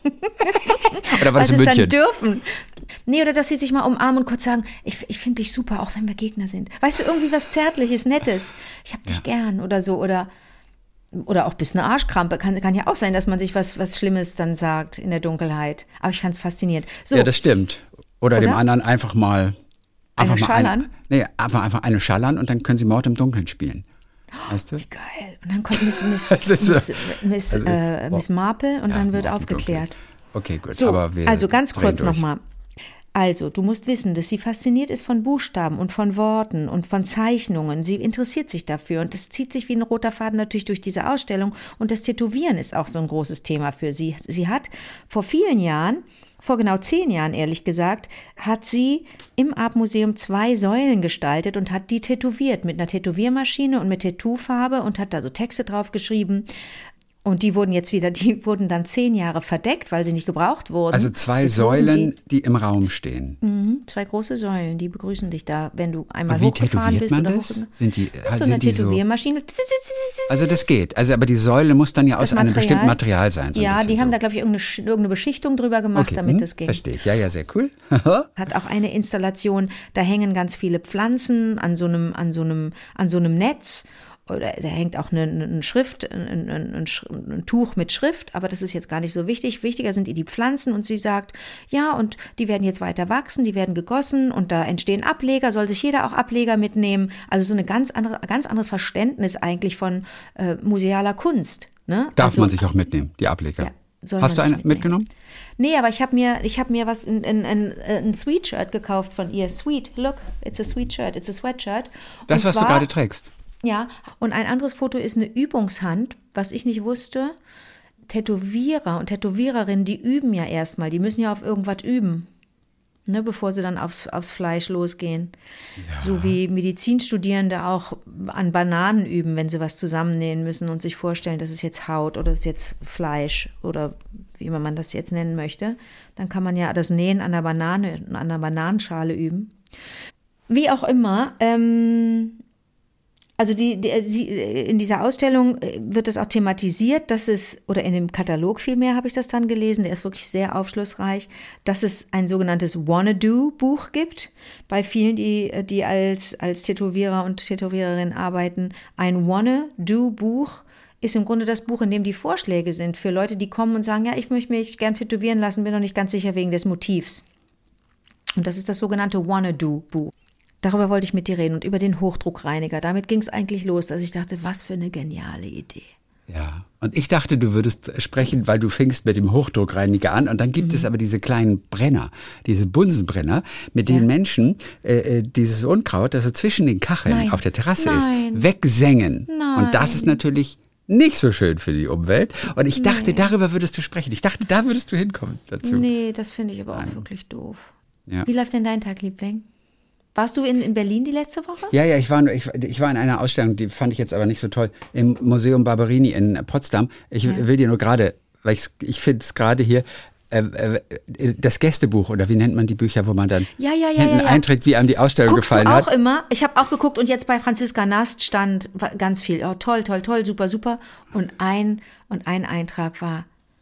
Oder war Weil das sie in es dann München? dürfen. Nee, oder dass sie sich mal umarmen und kurz sagen, ich, ich finde dich super, auch wenn wir Gegner sind. Weißt du, irgendwie was Zärtliches, Nettes. Ich hab dich gern oder so. Oder, oder auch bis eine Arschkrampe. Kann, kann ja auch sein, dass man sich was, was Schlimmes dann sagt in der Dunkelheit. Aber ich fand's faszinierend. So, Ja, das stimmt. Oder, dem Oder? anderen einfach mal, einfach Eine mal schallern? Eine, nee, einfach, einfach eine schallern und dann können sie Mord im Dunkeln spielen. Weißt du? geil. Und dann kommt Miss, Miss, Das ist so- Miss, Miss, also, äh, Miss Marple und Ja, dann wird Mord im aufgeklärt. Dunkeln. Okay, gut. So, aber wir also ganz drehen kurz durch. nochmal. Also, du musst wissen, dass sie fasziniert ist von Buchstaben und von Worten und von Zeichnungen. Sie interessiert sich dafür und das zieht sich wie ein roter Faden natürlich durch diese Ausstellung. Und das Tätowieren ist auch so ein großes Thema für sie. Sie hat vor vielen Jahren, vor genau zehn Jahren ehrlich gesagt, hat sie im Art-Museum zwei Säulen gestaltet und hat die tätowiert mit einer Tätowiermaschine und mit Tattoofarbe und hat da so Texte drauf geschrieben. Und die wurden jetzt wieder, die wurden dann zehn Jahre verdeckt, weil sie nicht gebraucht wurden. Also zwei Jetzt wurden Säulen, die, im Raum stehen. Die, mh, zwei große Säulen, die begrüßen dich da, wenn du einmal Und wie hochgefahren tätowiert bist. man oder das? hochgegangen- Sind die, Mit so einer sind die so, Tätowiermaschine. also das geht. Also aber die Säule muss dann ja aus Das einem Material? bestimmten Material sein. So ein Ja, bisschen die haben so. da, glaube ich, irgendeine, Sch- irgendeine Beschichtung drüber gemacht, okay, damit hm, das ging. Verstehe ich. Ja, ja, sehr cool. Hat auch eine Installation, da hängen ganz viele Pflanzen an so einem, an so einem, an so einem Netz. Oder da hängt auch eine, eine Schrift, ein, ein, ein, ein Tuch mit Schrift, aber das ist jetzt gar nicht so wichtig. Wichtiger sind ihr die Pflanzen und sie sagt, ja, und die werden jetzt weiter wachsen, die werden gegossen und da entstehen Ableger, soll sich jeder auch Ableger mitnehmen. Also so eine ganz andere, ganz anderes Verständnis eigentlich von äh, musealer Kunst. Ne? Darf also, man sich auch mitnehmen, die Ableger. Ja, soll Hast du man sich eine mitnehmen. mitgenommen? Nee, aber ich habe mir, ich habe mir was, ein, ein, ein, ein Sweatshirt gekauft von ihr. Sweet, look, it's a sweatshirt, it's a sweatshirt. Das, Und was zwar, du gerade trägst. Ja, und ein anderes Foto ist eine Übungshand, was ich nicht wusste. Tätowierer und Tätowiererinnen, die üben ja erstmal, die müssen ja auf irgendwas üben, ne, bevor sie dann aufs, aufs Fleisch losgehen. Ja. So wie Medizinstudierende auch an Bananen üben, wenn sie was zusammennähen müssen und sich vorstellen, das ist jetzt Haut oder das ist jetzt Fleisch oder wie immer man das jetzt nennen möchte. Dann kann man ja das Nähen an der Banane, an der Bananenschale üben. Wie auch immer, ähm, Also die, die, sie, in dieser Ausstellung wird das auch thematisiert, dass es, oder in dem Katalog vielmehr habe ich das dann gelesen, der ist wirklich sehr aufschlussreich, dass es ein sogenanntes Wanna-Do-Buch gibt. Bei vielen, die, die als, als Tätowierer und Tätowiererin arbeiten. Ein Wanna-Do-Buch ist im Grunde das Buch, in dem die Vorschläge sind für Leute, die kommen und sagen, ja, ich möchte mich gern tätowieren lassen, bin noch nicht ganz sicher wegen des Motivs. Und das ist das sogenannte Wanna-Do-Buch. Darüber wollte ich mit dir reden und über den Hochdruckreiniger. Damit ging es eigentlich los, dass ich dachte, was für eine geniale Idee. Ja, und ich dachte, du würdest sprechen, weil du fingst mit dem Hochdruckreiniger an. Und dann gibt mhm. es aber diese kleinen Brenner, diese Bunsenbrenner, mit denen ja. Menschen äh, dieses Unkraut, das so zwischen den Kacheln Nein. auf der Terrasse Nein. ist, wegsengen. Nein. Und das ist natürlich nicht so schön für die Umwelt. Und ich dachte, nee. darüber würdest du sprechen. Ich dachte, da würdest du hinkommen dazu. Nee, das finde ich aber auch Nein. wirklich doof. Ja. Wie läuft denn dein Tag, Liebling? Warst du in, in Berlin die letzte Woche? Ja, ja, ich war, ich, ich war in einer Ausstellung, die fand ich jetzt aber nicht so toll, im Museum Barberini in Potsdam. Ich ja. will dir nur gerade, weil ich, ich finde es gerade hier, äh, äh, das Gästebuch, oder wie nennt man die Bücher, wo man dann ja, ja, ja, hinten ja, ja. einträgt, wie einem die Ausstellung Guckst gefallen du auch hat. immer? Ich habe auch geguckt und jetzt bei Franziska Nast stand ganz viel. Oh, toll, toll, toll, super, super. Und ein, und ein Eintrag war,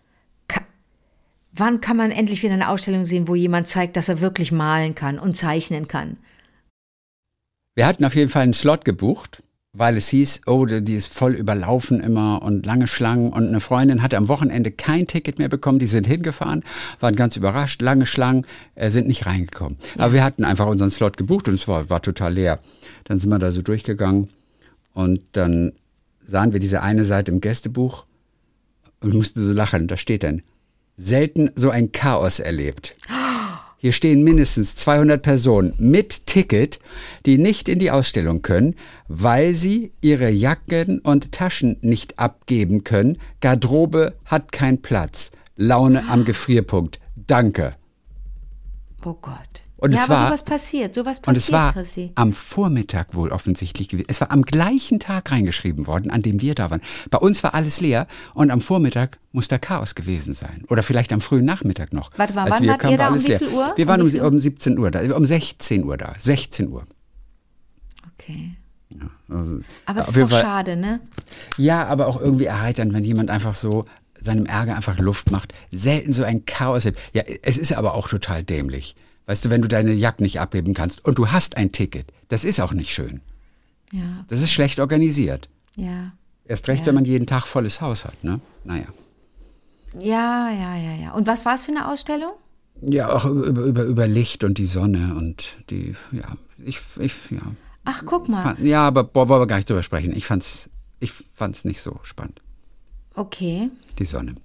wann kann man endlich wieder eine Ausstellung sehen, wo jemand zeigt, dass er wirklich malen kann und zeichnen kann? Wir hatten auf jeden Fall einen Slot gebucht weil es hieß, oh, die ist voll überlaufen immer und lange Schlangen. Und eine Freundin hatte am Wochenende kein Ticket mehr bekommen. Die sind hingefahren, waren ganz überrascht, lange Schlangen, äh, sind nicht reingekommen. Ja. Aber wir hatten einfach unseren Slot gebucht und es war, war total leer. Dann sind wir da so durchgegangen und dann sahen wir diese eine Seite im Gästebuch und mussten so lachen. Da steht dann, selten so ein Chaos erlebt. Hier stehen mindestens zweihundert Personen mit Ticket, die nicht in die Ausstellung können, weil sie ihre Jacken und Taschen nicht abgeben können. Garderobe hat keinen Platz. Laune am Gefrierpunkt. Danke. Oh Gott. Und ja, es aber war, sowas passiert, sowas passiert, und es war Chrissy. am Vormittag wohl offensichtlich gewesen. Es war am gleichen Tag reingeschrieben worden, an dem wir da waren. Bei uns war alles leer und am Vormittag muss da Chaos gewesen sein. Oder vielleicht am frühen Nachmittag noch. Warte mal, Als wann wir wart kamen, ihr da, war um alles wie leer. viel Uhr? Wir Um waren wie um, viel um siebzehn Uhr da, um sechzehn Uhr da. sechzehn Uhr. Okay. Ja, also, Aber es auf ist jeden doch Fall- schade, ne? Ja, aber auch irgendwie erheiternd, wenn jemand einfach so seinem Ärger einfach Luft macht. Selten so ein Chaos. Ja, es ist aber auch total dämlich. Weißt du, wenn du deine Jacke nicht abgeben kannst und du hast ein Ticket, das ist auch nicht schön. Ja, Das ist schlecht organisiert. ja. Erst recht, Ja. wenn man jeden Tag volles Haus hat, ne? Naja. Ja, ja, ja, ja. Und was war es für eine Ausstellung? Ja, auch über, über, über Licht und die Sonne und die, ja, ich, ich, ja. Ach, guck mal. Fand, ja, aber boah, wollen wir gar nicht drüber sprechen. Ich fand's, ich fand's nicht so spannend, Okay. die Sonne.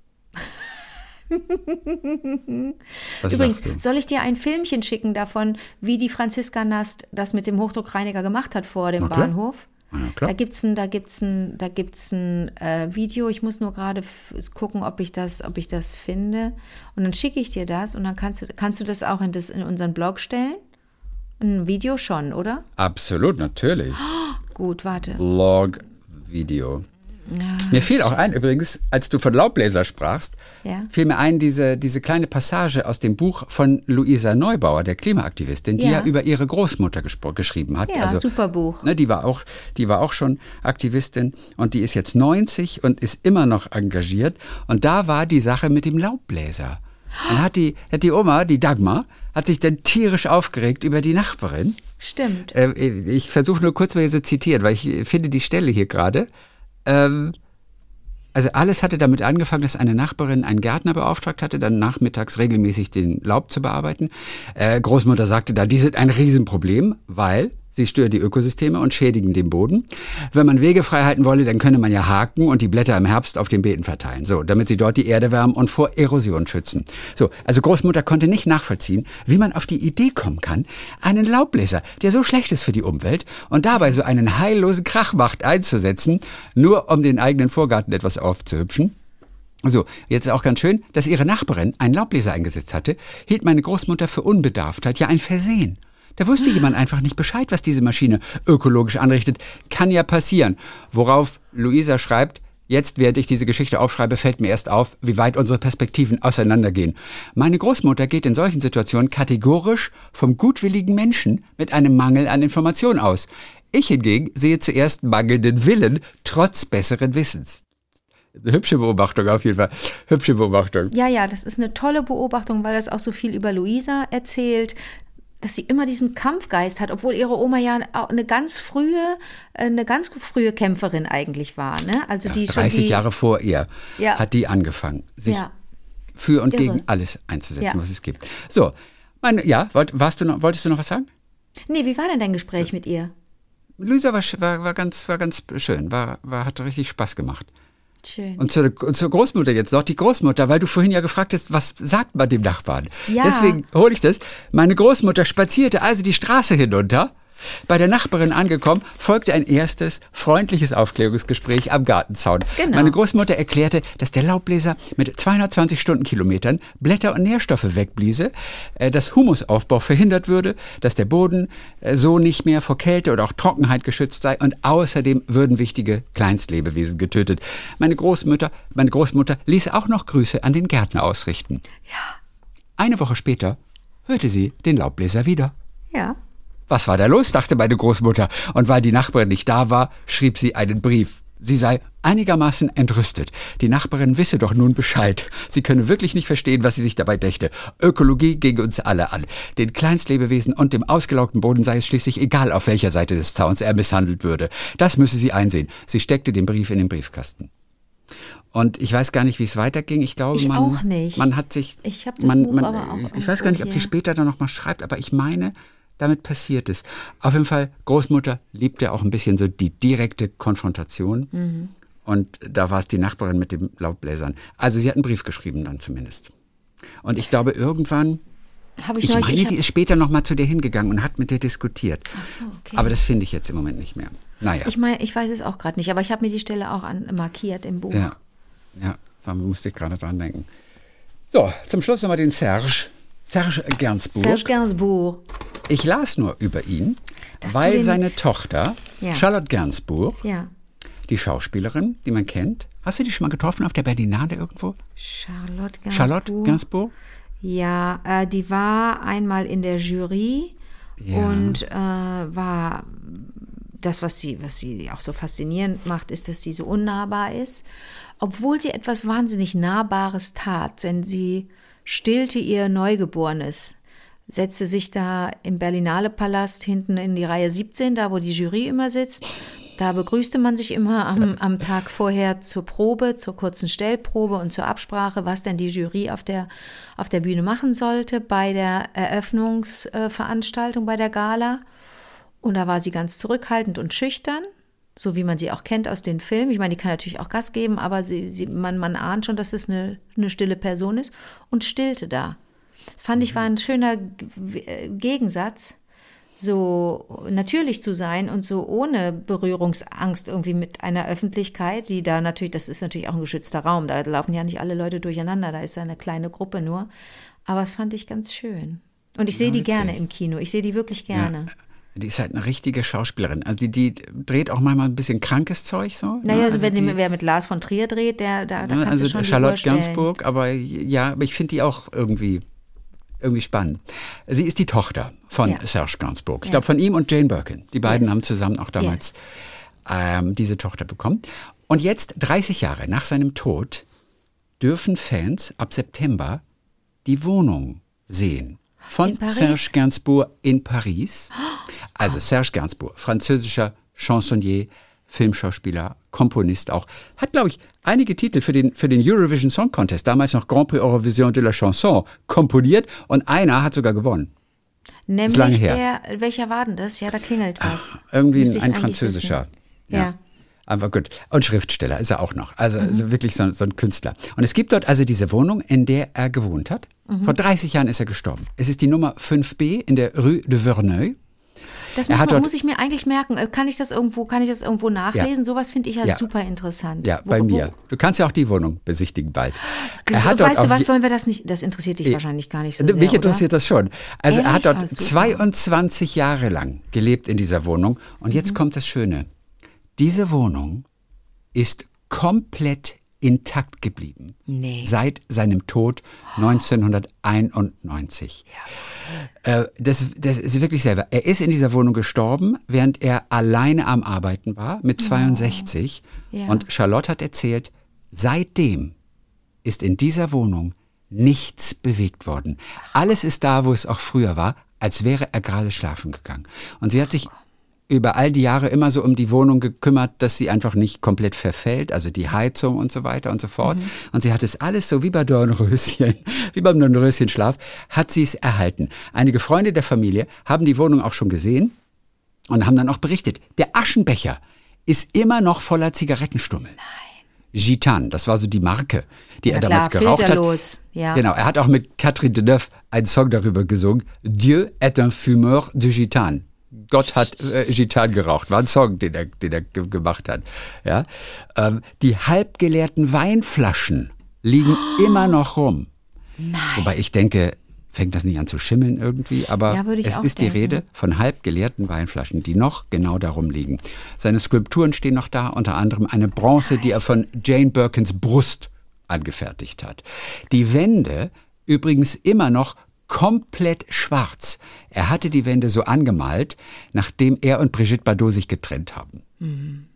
Was Übrigens, lachst du? soll ich dir ein Filmchen schicken davon, wie die Franziska Nast das mit dem Hochdruckreiniger gemacht hat vor dem Na klar. Bahnhof? Na klar. Da gibt's ein, da gibt's ein, da gibt's ein äh, Video. Ich muss nur gerade f- gucken, ob ich das, ob ich das finde. Und dann schicke ich dir das und dann kannst du, kannst du das auch in, das, in unseren Blog stellen? Ein Video schon, oder? Absolut, natürlich. Gut, warte. Blog-Video. Ja, Mir fiel auch ein, übrigens, als du von Laubbläser sprachst, Ja. fiel mir ein, diese, diese kleine Passage aus dem Buch von Luisa Neubauer, der Klimaaktivistin, die ja, Ja. über ihre Großmutter gespro- geschrieben hat. Ja, super Buch. Ne, die, war auch, die war auch schon Aktivistin und die ist jetzt neunzig und ist immer noch engagiert. Und da war die Sache mit dem Laubbläser. Dann hat die, hat die Oma, die Dagmar, hat sich dann tierisch aufgeregt über die Nachbarin. Stimmt. Äh, ich versuche nur kurz mal hier so zitieren, weil ich finde die Stelle hier gerade. Ähm, also alles hatte damit angefangen, dass eine Nachbarin einen Gärtner beauftragt hatte, dann nachmittags regelmäßig den Laub zu bearbeiten. Äh, Großmutter sagte da, die sind ein Riesenproblem, weil sie stören die Ökosysteme und schädigen den Boden. Wenn man Wege frei halten wolle, dann könne man ja haken und die Blätter im Herbst auf den Beeten verteilen. So, damit sie dort die Erde wärmen und vor Erosion schützen. So, also Großmutter konnte nicht nachvollziehen, wie man auf die Idee kommen kann, einen Laubbläser, der so schlecht ist für die Umwelt und dabei so einen heillosen Krach macht, einzusetzen, nur um den eigenen Vorgarten etwas aufzuhübschen. So, jetzt ist auch ganz schön, dass ihre Nachbarin einen Laubbläser eingesetzt hatte, hielt meine Großmutter für Unbedarftheit, ja ein Versehen. Da wusste jemand einfach nicht Bescheid, was diese Maschine ökologisch anrichtet. Kann ja passieren. Worauf Luisa schreibt, jetzt, während ich diese Geschichte aufschreibe, fällt mir erst auf, wie weit unsere Perspektiven auseinandergehen. Meine Großmutter geht in solchen Situationen kategorisch vom gutwilligen Menschen mit einem Mangel an Information aus. Ich hingegen sehe zuerst mangelnden Willen, trotz besseren Wissens. Eine hübsche Beobachtung auf jeden Fall. Hübsche Beobachtung. Ja, ja, das ist eine tolle Beobachtung, weil das auch so viel über Luisa erzählt, dass sie immer diesen Kampfgeist hat, obwohl ihre Oma ja eine ganz frühe, eine ganz frühe Kämpferin eigentlich war, ne? Also die schon dreißig die, Jahre vor ihr Ja. hat die angefangen, sich Ja. für und Irre. gegen alles einzusetzen, Ja. was es gibt. So, meine, ja, wollt, warst du noch, wolltest du noch was sagen? Nee, wie war denn dein Gespräch mit ihr? Luisa war, sch- war, war, ganz, war ganz schön, war, war, hat richtig Spaß gemacht. Schön. Und zur, und zur Großmutter jetzt noch, die Großmutter, weil du vorhin ja gefragt hast, was sagt man dem Nachbarn? Ja. Deswegen hole ich das. Meine Großmutter spazierte also die Straße hinunter. Bei der Nachbarin angekommen, folgte ein erstes, freundliches Aufklärungsgespräch am Gartenzaun. Genau. Meine Großmutter erklärte, dass der Laubbläser mit zweihundertzwanzig Stundenkilometern Blätter und Nährstoffe wegbliese, äh, dass Humusaufbau verhindert würde, dass der Boden äh, so nicht mehr vor Kälte oder auch Trockenheit geschützt sei und außerdem würden wichtige Kleinstlebewesen getötet. Meine Großmutter, meine Großmutter ließ auch noch Grüße an den Gärtner ausrichten. Ja. Eine Woche später hörte sie den Laubbläser wieder. Ja. Was war da los, dachte meine Großmutter. Und weil die Nachbarin nicht da war, schrieb sie einen Brief. Sie sei einigermaßen entrüstet. Die Nachbarin wisse doch nun Bescheid. Sie könne wirklich nicht verstehen, was sie sich dabei dächte. Ökologie ginge uns alle an. Den Kleinstlebewesen und dem ausgelaugten Boden sei es schließlich egal, auf welcher Seite des Zauns er misshandelt würde. Das müsse sie einsehen. Sie steckte den Brief in den Briefkasten. Und ich weiß gar nicht, wie es weiterging. Ich glaube, ich man, auch nicht. man hat sich... Ich habe das man, Buch man, aber auch Ich weiß gar nicht, ob sie später dann noch mal schreibt, aber ich meine... Damit passiert es. Auf jeden Fall, Großmutter liebte auch ein bisschen so die direkte Konfrontation. Mhm. Und da war es die Nachbarin mit den Laubbläsern. Also sie hat einen Brief geschrieben dann zumindest. Und ich glaube, irgendwann, hab ich, ich neulich, meine, ich die ist später noch mal zu dir hingegangen und hat mit dir diskutiert. Ach so, okay. Aber das finde ich jetzt im Moment nicht mehr. Naja. Ich meine, ich weiß es auch gerade nicht, aber ich habe mir die Stelle auch an, markiert im Buch. Ja, ja, da musste ich gerade dran denken. So, zum Schluss nochmal den Serge. Serge Gainsbourg. Serge Gainsbourg. Ich las nur über ihn, Dass weil du den- seine Tochter, Ja. Charlotte Gainsbourg, Ja. die Schauspielerin, die man kennt. Hast du die schon mal getroffen auf der Berlinale irgendwo? Charlotte Gainsbourg. Charlotte Gainsbourg? Ja, äh, die war einmal in der Jury Ja. und äh, war das, was sie, was sie auch so faszinierend macht, ist, dass sie so unnahbar ist, obwohl sie etwas wahnsinnig Nahbares tat, denn sie stillte ihr Neugeborenes, setzte sich da im Berlinale-Palast hinten in die Reihe siebzehn, da wo die Jury immer sitzt. Da begrüßte man sich immer am, am Tag vorher zur Probe, zur kurzen Stellprobe und zur Absprache, was denn die Jury auf der, auf der Bühne machen sollte bei der Eröffnungsveranstaltung, bei der Gala. Und da war sie ganz zurückhaltend und schüchtern, so wie man sie auch kennt aus den Filmen. Ich meine, die kann natürlich auch Gas geben, aber sie, sie, man, man ahnt schon, dass es eine, eine stille Person ist und stillte da. Das fand ich war ein schöner G- Gegensatz, so natürlich zu sein und so ohne Berührungsangst irgendwie mit einer Öffentlichkeit, die da natürlich, das ist natürlich auch ein geschützter Raum, da laufen ja nicht alle Leute durcheinander, da ist ja eine kleine Gruppe nur. Aber das fand ich ganz schön. Und ich sehe die witzig. gerne im Kino, ich sehe die wirklich gerne. Ja. Die ist halt eine richtige Schauspielerin. Also die, die dreht auch manchmal ein bisschen krankes Zeug so. Naja, ne? also wenn die, sie, wer mit Lars von Trier dreht, der, da, da ne, kannst also du schon Charlotte die Uhr stellen. Gainsbourg, aber ja, aber ich finde die auch irgendwie, irgendwie spannend. Sie ist die Tochter von Ja. Serge Gainsbourg. Ich Ja. glaube von ihm und Jane Birkin. Die beiden Yes. haben zusammen auch damals ähm, diese Tochter bekommen. Und jetzt, dreißig Jahre nach seinem Tod, dürfen Fans ab September die Wohnung sehen. Von In Paris? Serge Gainsbourg in Paris. Also Serge Gainsbourg, französischer Chansonnier, Filmschauspieler, Komponist auch. Hat, glaube ich, einige Titel für den, für den Eurovision Song Contest, damals noch Grand Prix Eurovision de la Chanson, komponiert und einer hat sogar gewonnen. Nämlich lange her. der, welcher war denn das? Ja, da klingelt was. Irgendwie Müsste ein, ich ein eigentlich französischer. wissen. Ja. Aber gut. Und Schriftsteller ist er auch noch. Also, also wirklich so, so ein Künstler. Und es gibt dort also diese Wohnung, in der er gewohnt hat. Vor dreißig Jahren ist er gestorben. Es ist die Nummer fünf b in der Rue de Verneuil. Das Er muss, hat man, dort- muss ich mir eigentlich merken. Äh, Kann ich das irgendwo, kann ich das irgendwo nachlesen? Sowas finde ich ja, Ja. super interessant. Ja, Wo- bei wo- mir. Du kannst ja auch die Wohnung besichtigen bald. Das, Er hat dort weißt du auch was, je- sollen wir das nicht, das interessiert dich wahrscheinlich gar nicht so Mich sehr, interessiert oder? das schon. Also er hat Ehrlich? dort Ah, super. zweiundzwanzig Jahre lang gelebt in dieser Wohnung. Und jetzt Mhm. kommt das Schöne. Diese Wohnung ist komplett intakt geblieben. Nee. Seit seinem Tod neunzehnhunderteinundneunzig. Äh, das, das ist wirklich selber. Er ist in dieser Wohnung gestorben, während er alleine am Arbeiten war, mit zweiundsechzig. Ja. Und Charlotte hat erzählt, seitdem ist in dieser Wohnung nichts bewegt worden. Alles ist da, wo es auch früher war, als wäre er gerade schlafen gegangen. Und sie hat sich über all die Jahre immer so um die Wohnung gekümmert, dass sie einfach nicht komplett verfällt, also die Heizung und so weiter und so fort. Mhm. Und sie hat es alles so wie bei Dornröschen, wie beim Dornröschenschlaf, hat sie es erhalten. Einige Freunde der Familie haben die Wohnung auch schon gesehen und haben dann auch berichtet, der Aschenbecher ist immer noch voller Zigarettenstummel. Gitan, das war so die Marke, die Na er damals klar, geraucht hat. filterlos, ja. Genau, er hat auch mit Catherine Deneuve einen Song darüber gesungen. Dieu est un fumeur de Gitan. Gott hat äh, Gitan geraucht. War ein Song, den er, den er ge- gemacht hat. Ja? Ähm, die halbgeleerten Weinflaschen liegen oh. immer noch rum. Nein. Wobei ich denke, fängt das nicht an zu schimmeln irgendwie? Aber Ja, würde ich es auch ist die denken. Rede von halbgeleerten Weinflaschen, die noch genau darum liegen. Seine Skulpturen stehen noch da, unter anderem eine Bronze, die er von Jane Birkins Brust angefertigt hat. Die Wände übrigens immer noch komplett schwarz. Er hatte die Wände so angemalt, nachdem er und Brigitte Bardot sich getrennt haben. Mhm.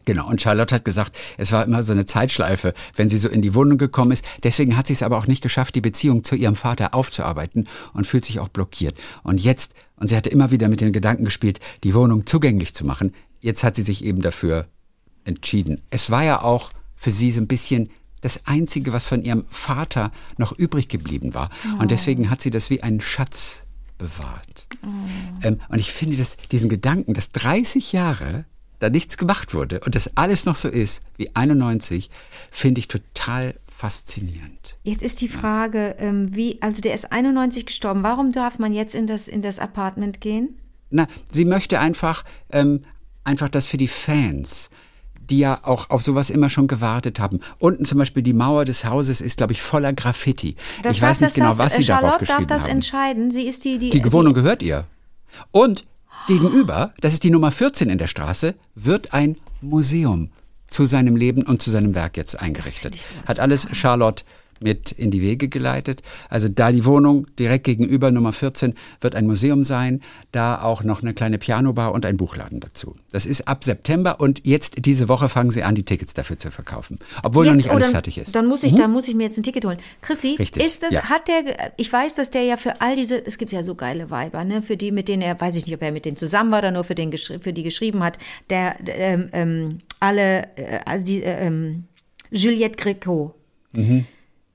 Genau, und Charlotte hat gesagt, es war immer so eine Zeitschleife, wenn sie so in die Wohnung gekommen ist. Deswegen hat sie es aber auch nicht geschafft, die Beziehung zu ihrem Vater aufzuarbeiten und fühlt sich auch blockiert. Und jetzt, und sie hatte immer wieder mit den Gedanken gespielt, die Wohnung zugänglich zu machen. Jetzt hat sie sich eben dafür entschieden. Es war ja auch für sie so ein bisschen das Einzige, was von ihrem Vater noch übrig geblieben war. Oh. Und deswegen hat sie das wie einen Schatz bewahrt. Oh. Ähm, und ich finde das, diesen Gedanken, dass dreißig Jahre da nichts gemacht wurde und das alles noch so ist wie einundneunzig, finde ich total faszinierend. Jetzt ist die Frage, ja. ähm, wie, also der ist einundneunzig gestorben, warum darf man jetzt in das, in das Apartment gehen? Na, sie möchte einfach, ähm, einfach das für die Fans, die ja auch auf sowas immer schon gewartet haben. Unten zum Beispiel die Mauer des Hauses ist, glaube ich, voller Graffiti. Das ich darf, weiß nicht genau, darf, was sie Charlotte darauf geschrieben haben. darf das entscheiden. Sie ist die, die, die Wohnung gehört ihr. Und gegenüber, das ist die Nummer vierzehn in der Straße, wird ein Museum zu seinem Leben und zu seinem Werk jetzt eingerichtet. Hat alles Charlotte mit in die Wege geleitet. Also da die Wohnung direkt gegenüber Nummer vierzehn wird ein Museum sein, da auch noch eine kleine Pianobar und ein Buchladen dazu. Das ist ab September und jetzt diese Woche fangen sie an, die Tickets dafür zu verkaufen. Obwohl jetzt, noch nicht alles oh, dann, fertig ist. Dann muss ich, mhm. dann muss ich mir jetzt ein Ticket holen. Chrissy, Richtig, ist es, ja. hat der, ich weiß, dass der ja für all diese, es gibt ja so geile Weiber, ne, für die, mit denen er, weiß ich nicht, ob er mit denen zusammen war oder nur für, den, für die geschrieben hat, der, ähm, ähm, alle, äh, die, ähm, Juliette Gréco. Mhm.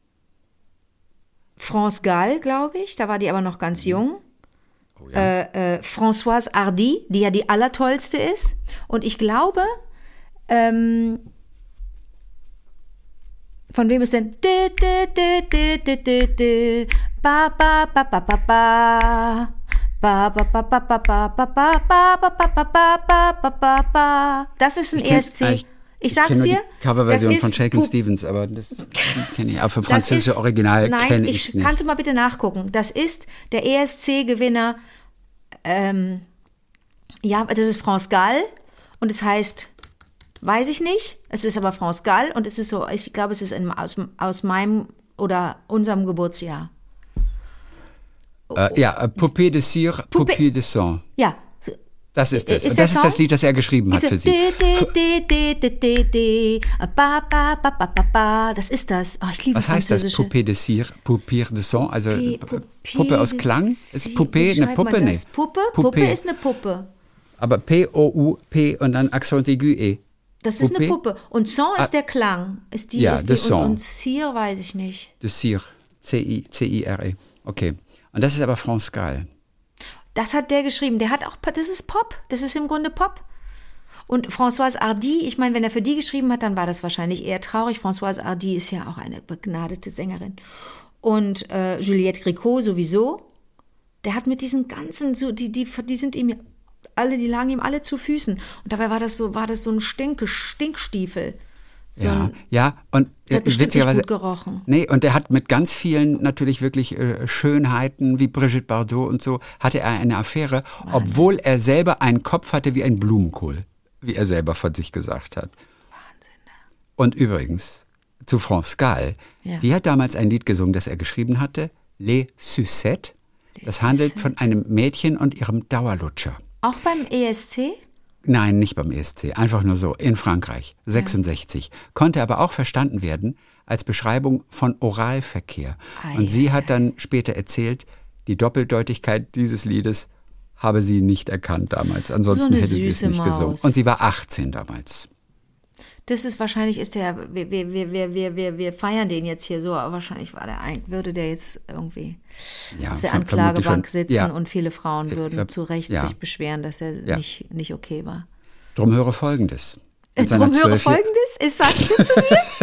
France Gall, glaube ich, da war die aber noch ganz jung. Oh, ja. äh, äh, Françoise Hardy, die ja die allertollste ist. Und ich glaube, ähm, von wem ist denn ba ba ba ba ba ba ba ba ba ba ba ba ba ba ba. Das ist ein E S C. Ich sag's ich dir. Die Coverversion von Shakin' Stevens, aber das kenne ich. Aber für französische Original kenne ich, ich nicht. Kannst du mal bitte nachgucken. Das ist der E S C-Gewinner. Ähm, ja, das ist France Gall und es heißt, weiß ich nicht. Es ist aber France Gall und es ist so, ich glaube, es ist in, aus, aus meinem oder unserem Geburtsjahr. Äh, ja, Poupée de Cire, Poupée, Poupée de Sang. Ja. Das ist es. Ist und das Song? ist das Lied, das er geschrieben hat für sie. Das ist das. Oh, ich liebe Was heißt das? Poupée de Cire, Poupée de Sang? Also Puppe aus Klang? Ist Poupée eine Puppe? Nee. Puppe? Puppe ist eine Puppe. Aber P O U P und dann Accent aigu E. Das ist eine Puppe. Und Son ist der Klang. Ist die, ja, ist die, Son. Und, und Cire weiß ich nicht. De Cire. C I R E. Okay. Und das ist aber France Gall. Das hat der geschrieben. Der hat auch, das ist Pop. Das ist im Grunde Pop. Und Françoise Hardy, ich meine, wenn er für die geschrieben hat, dann war das wahrscheinlich eher traurig. Françoise Hardy ist ja auch eine begnadete Sängerin. Und äh, Juliette Gréco sowieso. Der hat mit diesen ganzen, so, die, die, die sind ihm alle, die lagen ihm alle zu Füßen. Und dabei war das so, war das so ein Stinke, Stinkstiefel. So ja, ein, ja, und der hat bestimmt witzigerweise, nicht gut gerochen. Nee, und er hat mit ganz vielen natürlich wirklich äh, Schönheiten wie Brigitte Bardot und so, hatte er eine Affäre, Wahnsinn. Obwohl er selber einen Kopf hatte wie ein Blumenkohl, wie er selber von sich gesagt hat. Wahnsinn. Und übrigens, zu France Gall, ja. Die hat damals ein Lied gesungen, das er geschrieben hatte, Les Sucettes. Das handelt von einem Mädchen und ihrem Dauerlutscher. Auch beim E S C? Nein, nicht beim E S C, einfach nur so, in Frankreich, sechsundsechzig. Ja. Konnte aber auch verstanden werden als Beschreibung von Oralverkehr. Ei, und sie hat dann später erzählt, die Doppeldeutigkeit dieses Liedes habe sie nicht erkannt damals. Ansonsten so hätte sie es nicht Maus. gesungen. Und sie war achtzehn damals. Das ist wahrscheinlich, ist der, wir, wir, wir, wir, wir, wir feiern den jetzt hier so, aber wahrscheinlich war der, würde der jetzt irgendwie ja, auf der Anklagebank sitzen ja. Und viele Frauen würden ja. zu Recht ja. sich beschweren, dass er ja. nicht, nicht okay war. Drum höre Folgendes. Äh, drum höre Folgendes? Ist, sagst du zu mir?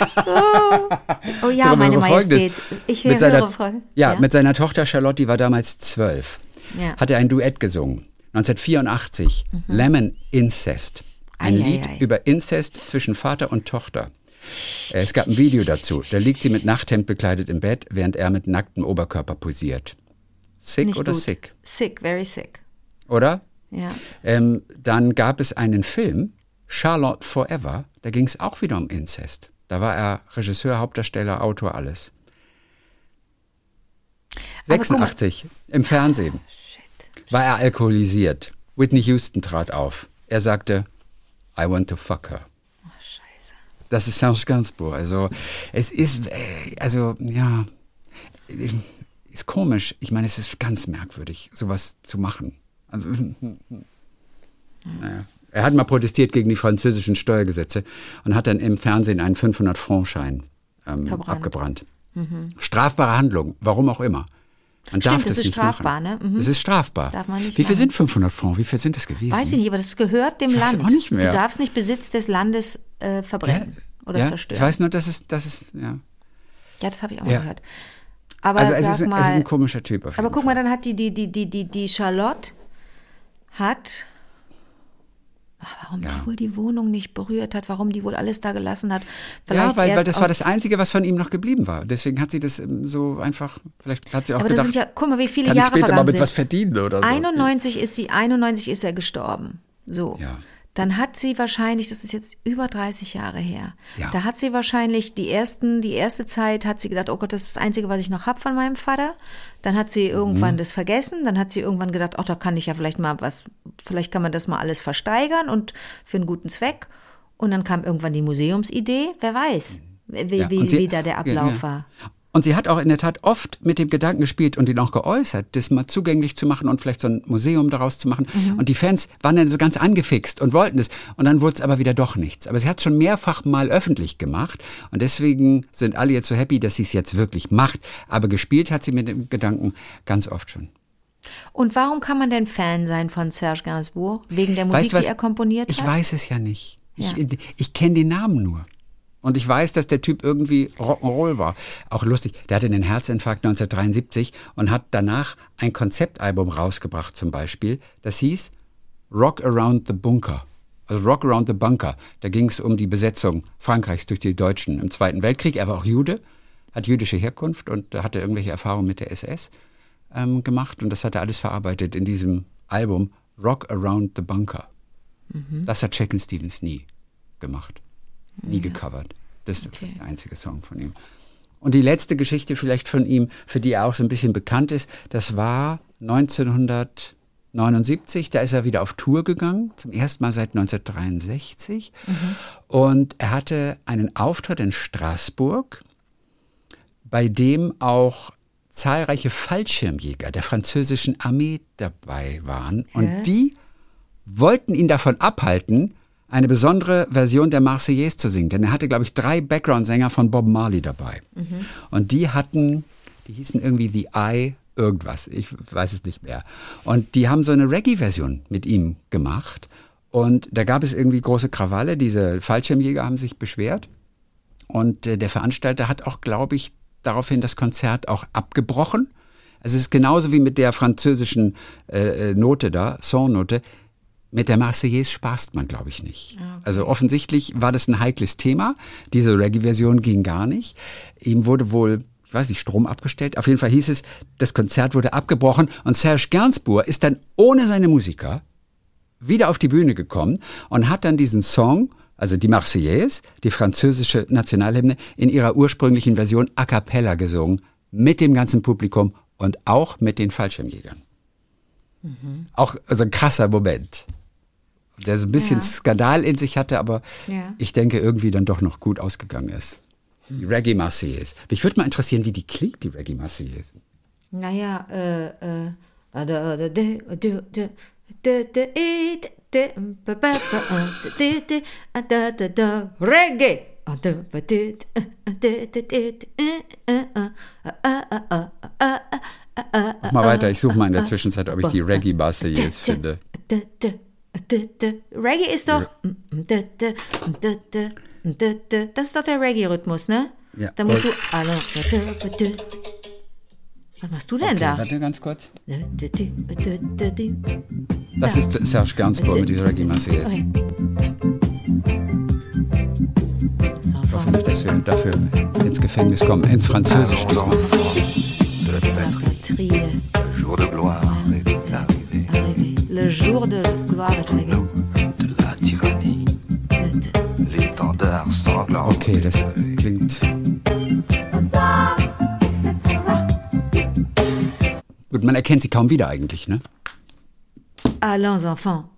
oh. oh ja, drum meine Majestät. Ich höre seiner, Folgendes. Ja, ja, mit seiner Tochter Charlotte, die war damals zwölf, ja. hat er ein Duett gesungen. neunzehnhundertvierundachtzig, mhm. Lemon Incest. Ein ei, Lied ei, ei. über Inzest zwischen Vater und Tochter. Es gab ein Video dazu. Da liegt sie mit Nachthemd bekleidet im Bett, während er mit nacktem Oberkörper posiert. Sick Nicht oder gut. sick? Sick, very sick. Oder? Ja. Ähm, dann gab es einen Film, Charlotte Forever, da ging es auch wieder um Inzest. Da war er Regisseur, Hauptdarsteller, Autor, alles. sechsundachtzig, im Fernsehen, Shit. war er alkoholisiert. Whitney Houston trat auf. Er sagte, I Want to Fuck Her. Oh, scheiße. Das ist Serge Gainsbourg. Also es ist, äh, also ja, ist komisch. Ich meine, es ist ganz merkwürdig, sowas zu machen. Also, naja. Er hat mal protestiert gegen die französischen Steuergesetze und hat dann im Fernsehen einen fünfhundert-Franc-Schein ähm, abgebrannt. Mhm. Strafbare Handlung, warum auch immer. Man Stimmt, darf das das ist nicht strafbar, machen. ne? Mhm. Es ist strafbar. Darf man nicht Wie viel machen. sind fünfhundert Franc? Wie viel sind das gewesen? Weiß ich nicht, aber das gehört dem Ich weiß Land. auch nicht mehr. Du darfst nicht Besitz des Landes äh, verbrennen ja, oder ja, zerstören. Ich weiß nur, dass es, dass es ja. Ja, das habe ich auch mal Ja. gehört. Aber Also es sag ist, mal, es ist ein komischer Typ auf jeden aber guck Fall. mal, dann hat die, die, die, die, die, die Charlotte hat, warum Ja. die wohl die Wohnung nicht berührt hat, warum die wohl alles da gelassen hat. Vielleicht Ja, weil, weil erst das war aus- das Einzige, was von ihm noch geblieben war. Deswegen hat sie das ähm, so einfach, vielleicht hat sie auch Aber das gedacht, sind ja, guck mal, wie viele kann ich Jahre später mal vergangen mit sind. was verdienen oder so. einundneunzig ist sie, einundneunzig ist er gestorben. So. Ja. Dann hat sie wahrscheinlich, das ist jetzt über dreißig Jahre her, Ja. da hat sie wahrscheinlich die ersten, die erste Zeit hat sie gedacht, oh Gott, das ist das Einzige, was ich noch habe von meinem Vater. Dann hat sie irgendwann Mhm. das vergessen, dann hat sie irgendwann gedacht, oh, da kann ich ja vielleicht mal was, vielleicht kann man das mal alles versteigern und für einen guten Zweck. Und dann kam irgendwann die Museumsidee, wer weiß, wie, Ja, wie, und sie- wie da der Ablauf ja, ja. war. Und sie hat auch in der Tat oft mit dem Gedanken gespielt und ihn auch geäußert, das mal zugänglich zu machen und vielleicht so ein Museum daraus zu machen. Mhm. Und die Fans waren dann so ganz angefixt und wollten es. Und dann wurde es aber wieder doch nichts. Aber sie hat es schon mehrfach mal öffentlich gemacht. Und deswegen sind alle jetzt so happy, dass sie es jetzt wirklich macht. Aber gespielt hat sie mit dem Gedanken ganz oft schon. Und warum kann man denn Fan sein von Serge Gainsbourg? Wegen der Musik, Weißt du was? die er komponiert Ich hat? weiß es ja nicht. Ja. Ich, ich kenne den Namen nur. Und ich weiß, dass der Typ irgendwie Rock'n'Roll war. Auch lustig, der hatte einen Herzinfarkt neunzehnhundertdreiundsiebzig und hat danach ein Konzeptalbum rausgebracht zum Beispiel. Das hieß Rock Around the Bunker. Also Rock Around the Bunker. Da ging es um die Besetzung Frankreichs durch die Deutschen im Zweiten Weltkrieg. Er war auch Jude, hat jüdische Herkunft und hatte irgendwelche Erfahrungen mit der S S ähm, gemacht. Und das hat er alles verarbeitet in diesem Album Rock Around the Bunker. Mhm. Das hat Shakin' Stevens nie gemacht. Nie ja. gecovert. Das ist Okay. der einzige Song von ihm. Und die letzte Geschichte vielleicht von ihm, für die er auch so ein bisschen bekannt ist, das war neunzehnhundertneunundsiebzig. Da ist er wieder auf Tour gegangen, zum ersten Mal seit neunzehnhundertdreiundsechzig. Mhm. Und er hatte einen Auftritt in Straßburg, bei dem auch zahlreiche Fallschirmjäger der französischen Armee dabei waren. Und Hä? die wollten ihn davon abhalten, eine besondere Version der Marseillaise zu singen. Denn er hatte, glaube ich, drei Background-Sänger von Bob Marley dabei. Mhm. Und die hatten, die hießen irgendwie The Eye irgendwas, ich weiß es nicht mehr. Und die haben so eine Reggae-Version mit ihm gemacht. Und da gab es irgendwie große Krawalle. Diese Fallschirmjäger haben sich beschwert. Und äh, der Veranstalter hat auch, glaube ich, daraufhin das Konzert auch abgebrochen. Also es ist genauso wie mit der französischen äh, Note da, Son-Note. Mit der Marseillaise spaßt man, glaube ich, nicht. Okay. Also offensichtlich war das ein heikles Thema. Diese Reggae-Version ging gar nicht. Ihm wurde wohl, ich weiß nicht, Strom abgestellt. Auf jeden Fall hieß es, das Konzert wurde abgebrochen. Und Serge Gainsbourg ist dann ohne seine Musiker wieder auf die Bühne gekommen und hat dann diesen Song, also die Marseillaise, die französische Nationalhymne, in ihrer ursprünglichen Version a cappella gesungen. Mit dem ganzen Publikum und auch mit den Fallschirmjägern. Mhm. Auch also ein krasser Moment. Der so ein bisschen ja. Skandal in sich hatte, aber ja. ich denke irgendwie dann doch noch gut ausgegangen ist. Die Reggae Marseillaise. Mich würde mal interessieren, wie die klingt, die Reggae Marseillaise. Naja, äh, äh, Reggae. Mach mal weiter, ich suche mal in der Zwischenzeit, ob ich die Reggae Marseillaise finde. Reggae ist doch. Das ist doch der Reggae-Rhythmus, ne? Ja. Da musst du. Was machst du denn okay, da? Warte ganz kurz. Das ist Serge Gainsbourg mit dieser Reggae Marseillaise. Okay. Ich hoffe nicht, dass wir dafür ins Gefängnis kommen. Ins Französisch diesmal. Patrie. Le jour de gloire est arrivé. Le jour de gloire est arrivé. De la tyrannie. L'étendard sanglant. Okay, das klingt. Gut, man erkennt sie kaum wieder eigentlich, ne? Allons, enfants.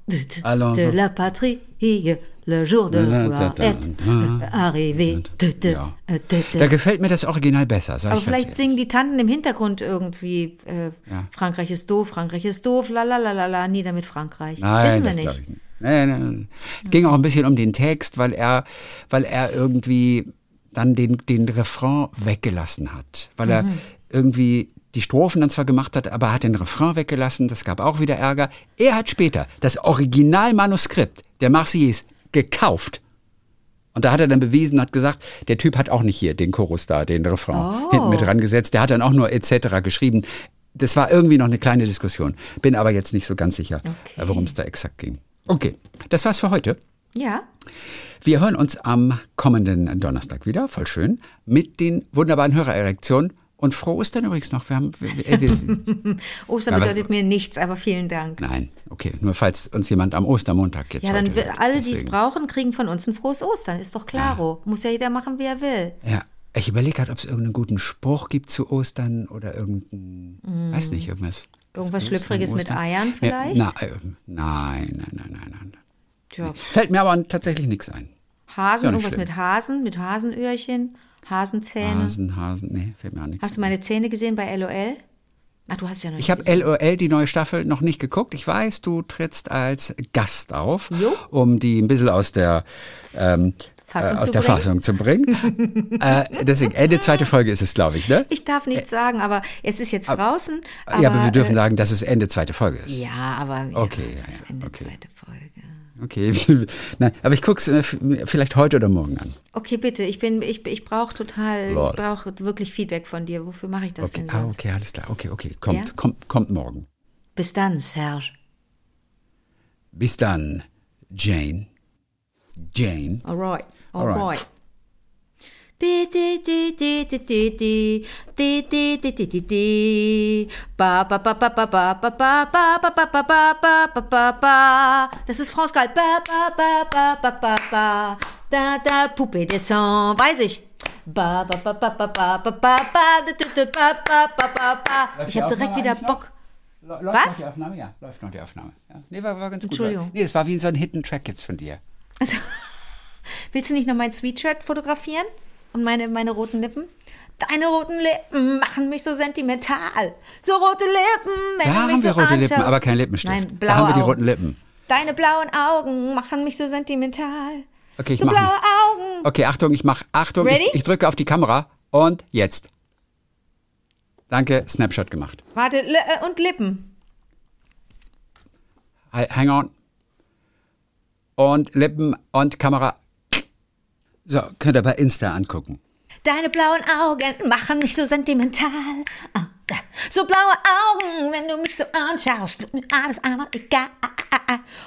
Allons. de la patrie, le jour de gloire est arrivé. Ja. Da gefällt mir das Original besser, sag Aber ich ganz vielleicht ehrlich. singen die Tanten im Hintergrund irgendwie äh, Ja. Frankreich ist doof, Frankreich ist doof, la la la la la, nieder mit Frankreich. Nein, Wissen wir das nicht. glaube ich nicht. Nee, nee, nee. Ging auch ein bisschen um den Text, weil er, weil er irgendwie dann den, den Refrain weggelassen hat. Weil er Mhm. irgendwie die Strophen dann zwar gemacht hat, aber er hat den Refrain weggelassen. Das gab auch wieder Ärger. Er hat später das Originalmanuskript der Marseillaise gekauft. Und da hat er dann bewiesen, hat gesagt, der Typ hat auch nicht hier den Chorus da, den Refrain Oh. hinten mit dran gesetzt. Der hat dann auch nur et cetera geschrieben. Das war irgendwie noch eine kleine Diskussion. Bin aber jetzt nicht so ganz sicher, Okay. worum es da exakt ging. Okay, das war's für heute. Ja, Wir hören uns am kommenden Donnerstag wieder, voll schön, mit den wunderbaren Hörererektionen. Und frohe Ostern übrigens noch. Wir haben, wir, äh, wir, Ostern Aber- bedeutet mir nichts, aber vielen Dank. nein, okay, nur falls uns jemand am Ostermontag jetzt Ja, dann heute will, hört, alle, die es deswegen. brauchen, kriegen von uns ein frohes Ostern. Ist doch klaro. Muss ja jeder machen, wie er will. Ja, ich überlege gerade, ob es irgendeinen guten Spruch gibt zu Ostern oder irgendein, weiß nicht, irgendwas. Irgendwas Ostern, Schlüpfriges mit Ostern? Eiern Ja, vielleicht? na, äh, nein, nein, nein, nein, nein. Tja, Fällt mir aber tatsächlich nichts ein. Hasen, ja nicht irgendwas schlimm. mit Hasen, mit Hasenöhrchen, Hasenzähne. Hasen, Hasen, nee, fällt mir auch nichts Hast du ein. meine Zähne gesehen bei L O L? Ach, du hast ja noch Ich nicht habe gesehen. L O L, die neue Staffel, noch nicht geguckt. Ich weiß, du trittst als Gast auf, Jo. um die ein bisschen aus der, ähm, Fassung äh, aus zu der bringen. Fassung zu bringen. äh, deswegen, Ende zweite Folge ist es, glaube ich, ne? Ich darf nichts sagen, aber es ist jetzt draußen. Aber, Äh, ja, aber wir dürfen äh, sagen, dass es Ende zweite Folge ist. Ja, aber ja, Okay, es ja, ist ja, Ende okay. zweite Folge. Okay, nein, aber ich gucke es äh, vielleicht heute oder morgen an. Okay, bitte, ich bin, ich, ich brauche total, Lord. ich brauche wirklich Feedback von dir. Wofür mache ich das Okay, denn ah, sonst? okay, alles klar. Okay, okay, kommt, Ja? kommt, kommt morgen. Bis dann, Serge. Bis dann, Jane. Jane. Alright, Alright. alright. Di di di di di di di di di di di di di ba ba ba ba ba ba ba ba ba ba ba ba ba ba ba ba. Das ist France Gall. Ba ba ba ba ba ba ba. Da da Poupée descend. Weiß ich. Ba ba ba ba ba ba ba ba ba da, da, da, ba ba ba ba ba. Ich habe direkt wieder Bock. Läuft Was? noch die Aufnahme? Ja, läuft noch die Aufnahme. Ja. Nee, war, war ganz gut. Entschuldigung. Nee, das war wie so ein Hidden Track jetzt von dir. Also, willst du nicht noch mein Sweatshirt fotografieren? Und meine, meine roten Lippen? Deine roten Lippen machen mich so sentimental. So rote Lippen, wenn Da du mich haben wir so rote Lippen, anschaust. aber kein Lippenstift. Nein, Da blaue haben wir die Augen. roten Lippen. Deine blauen Augen machen mich so sentimental. Okay, ich so mach blaue mal. Augen. Okay, Achtung, ich mach Achtung, Ready? ich, ich drücke auf die Kamera und jetzt. Danke, Snapshot gemacht. Warte, li äh, und Lippen. Hi- Hang on. Und Lippen und Kamera. So, könnt ihr bei Insta angucken. Deine blauen Augen machen mich so sentimental. Ah, ah. So blaue Augen, wenn du mich so anschaust, wird mir alles andere egal.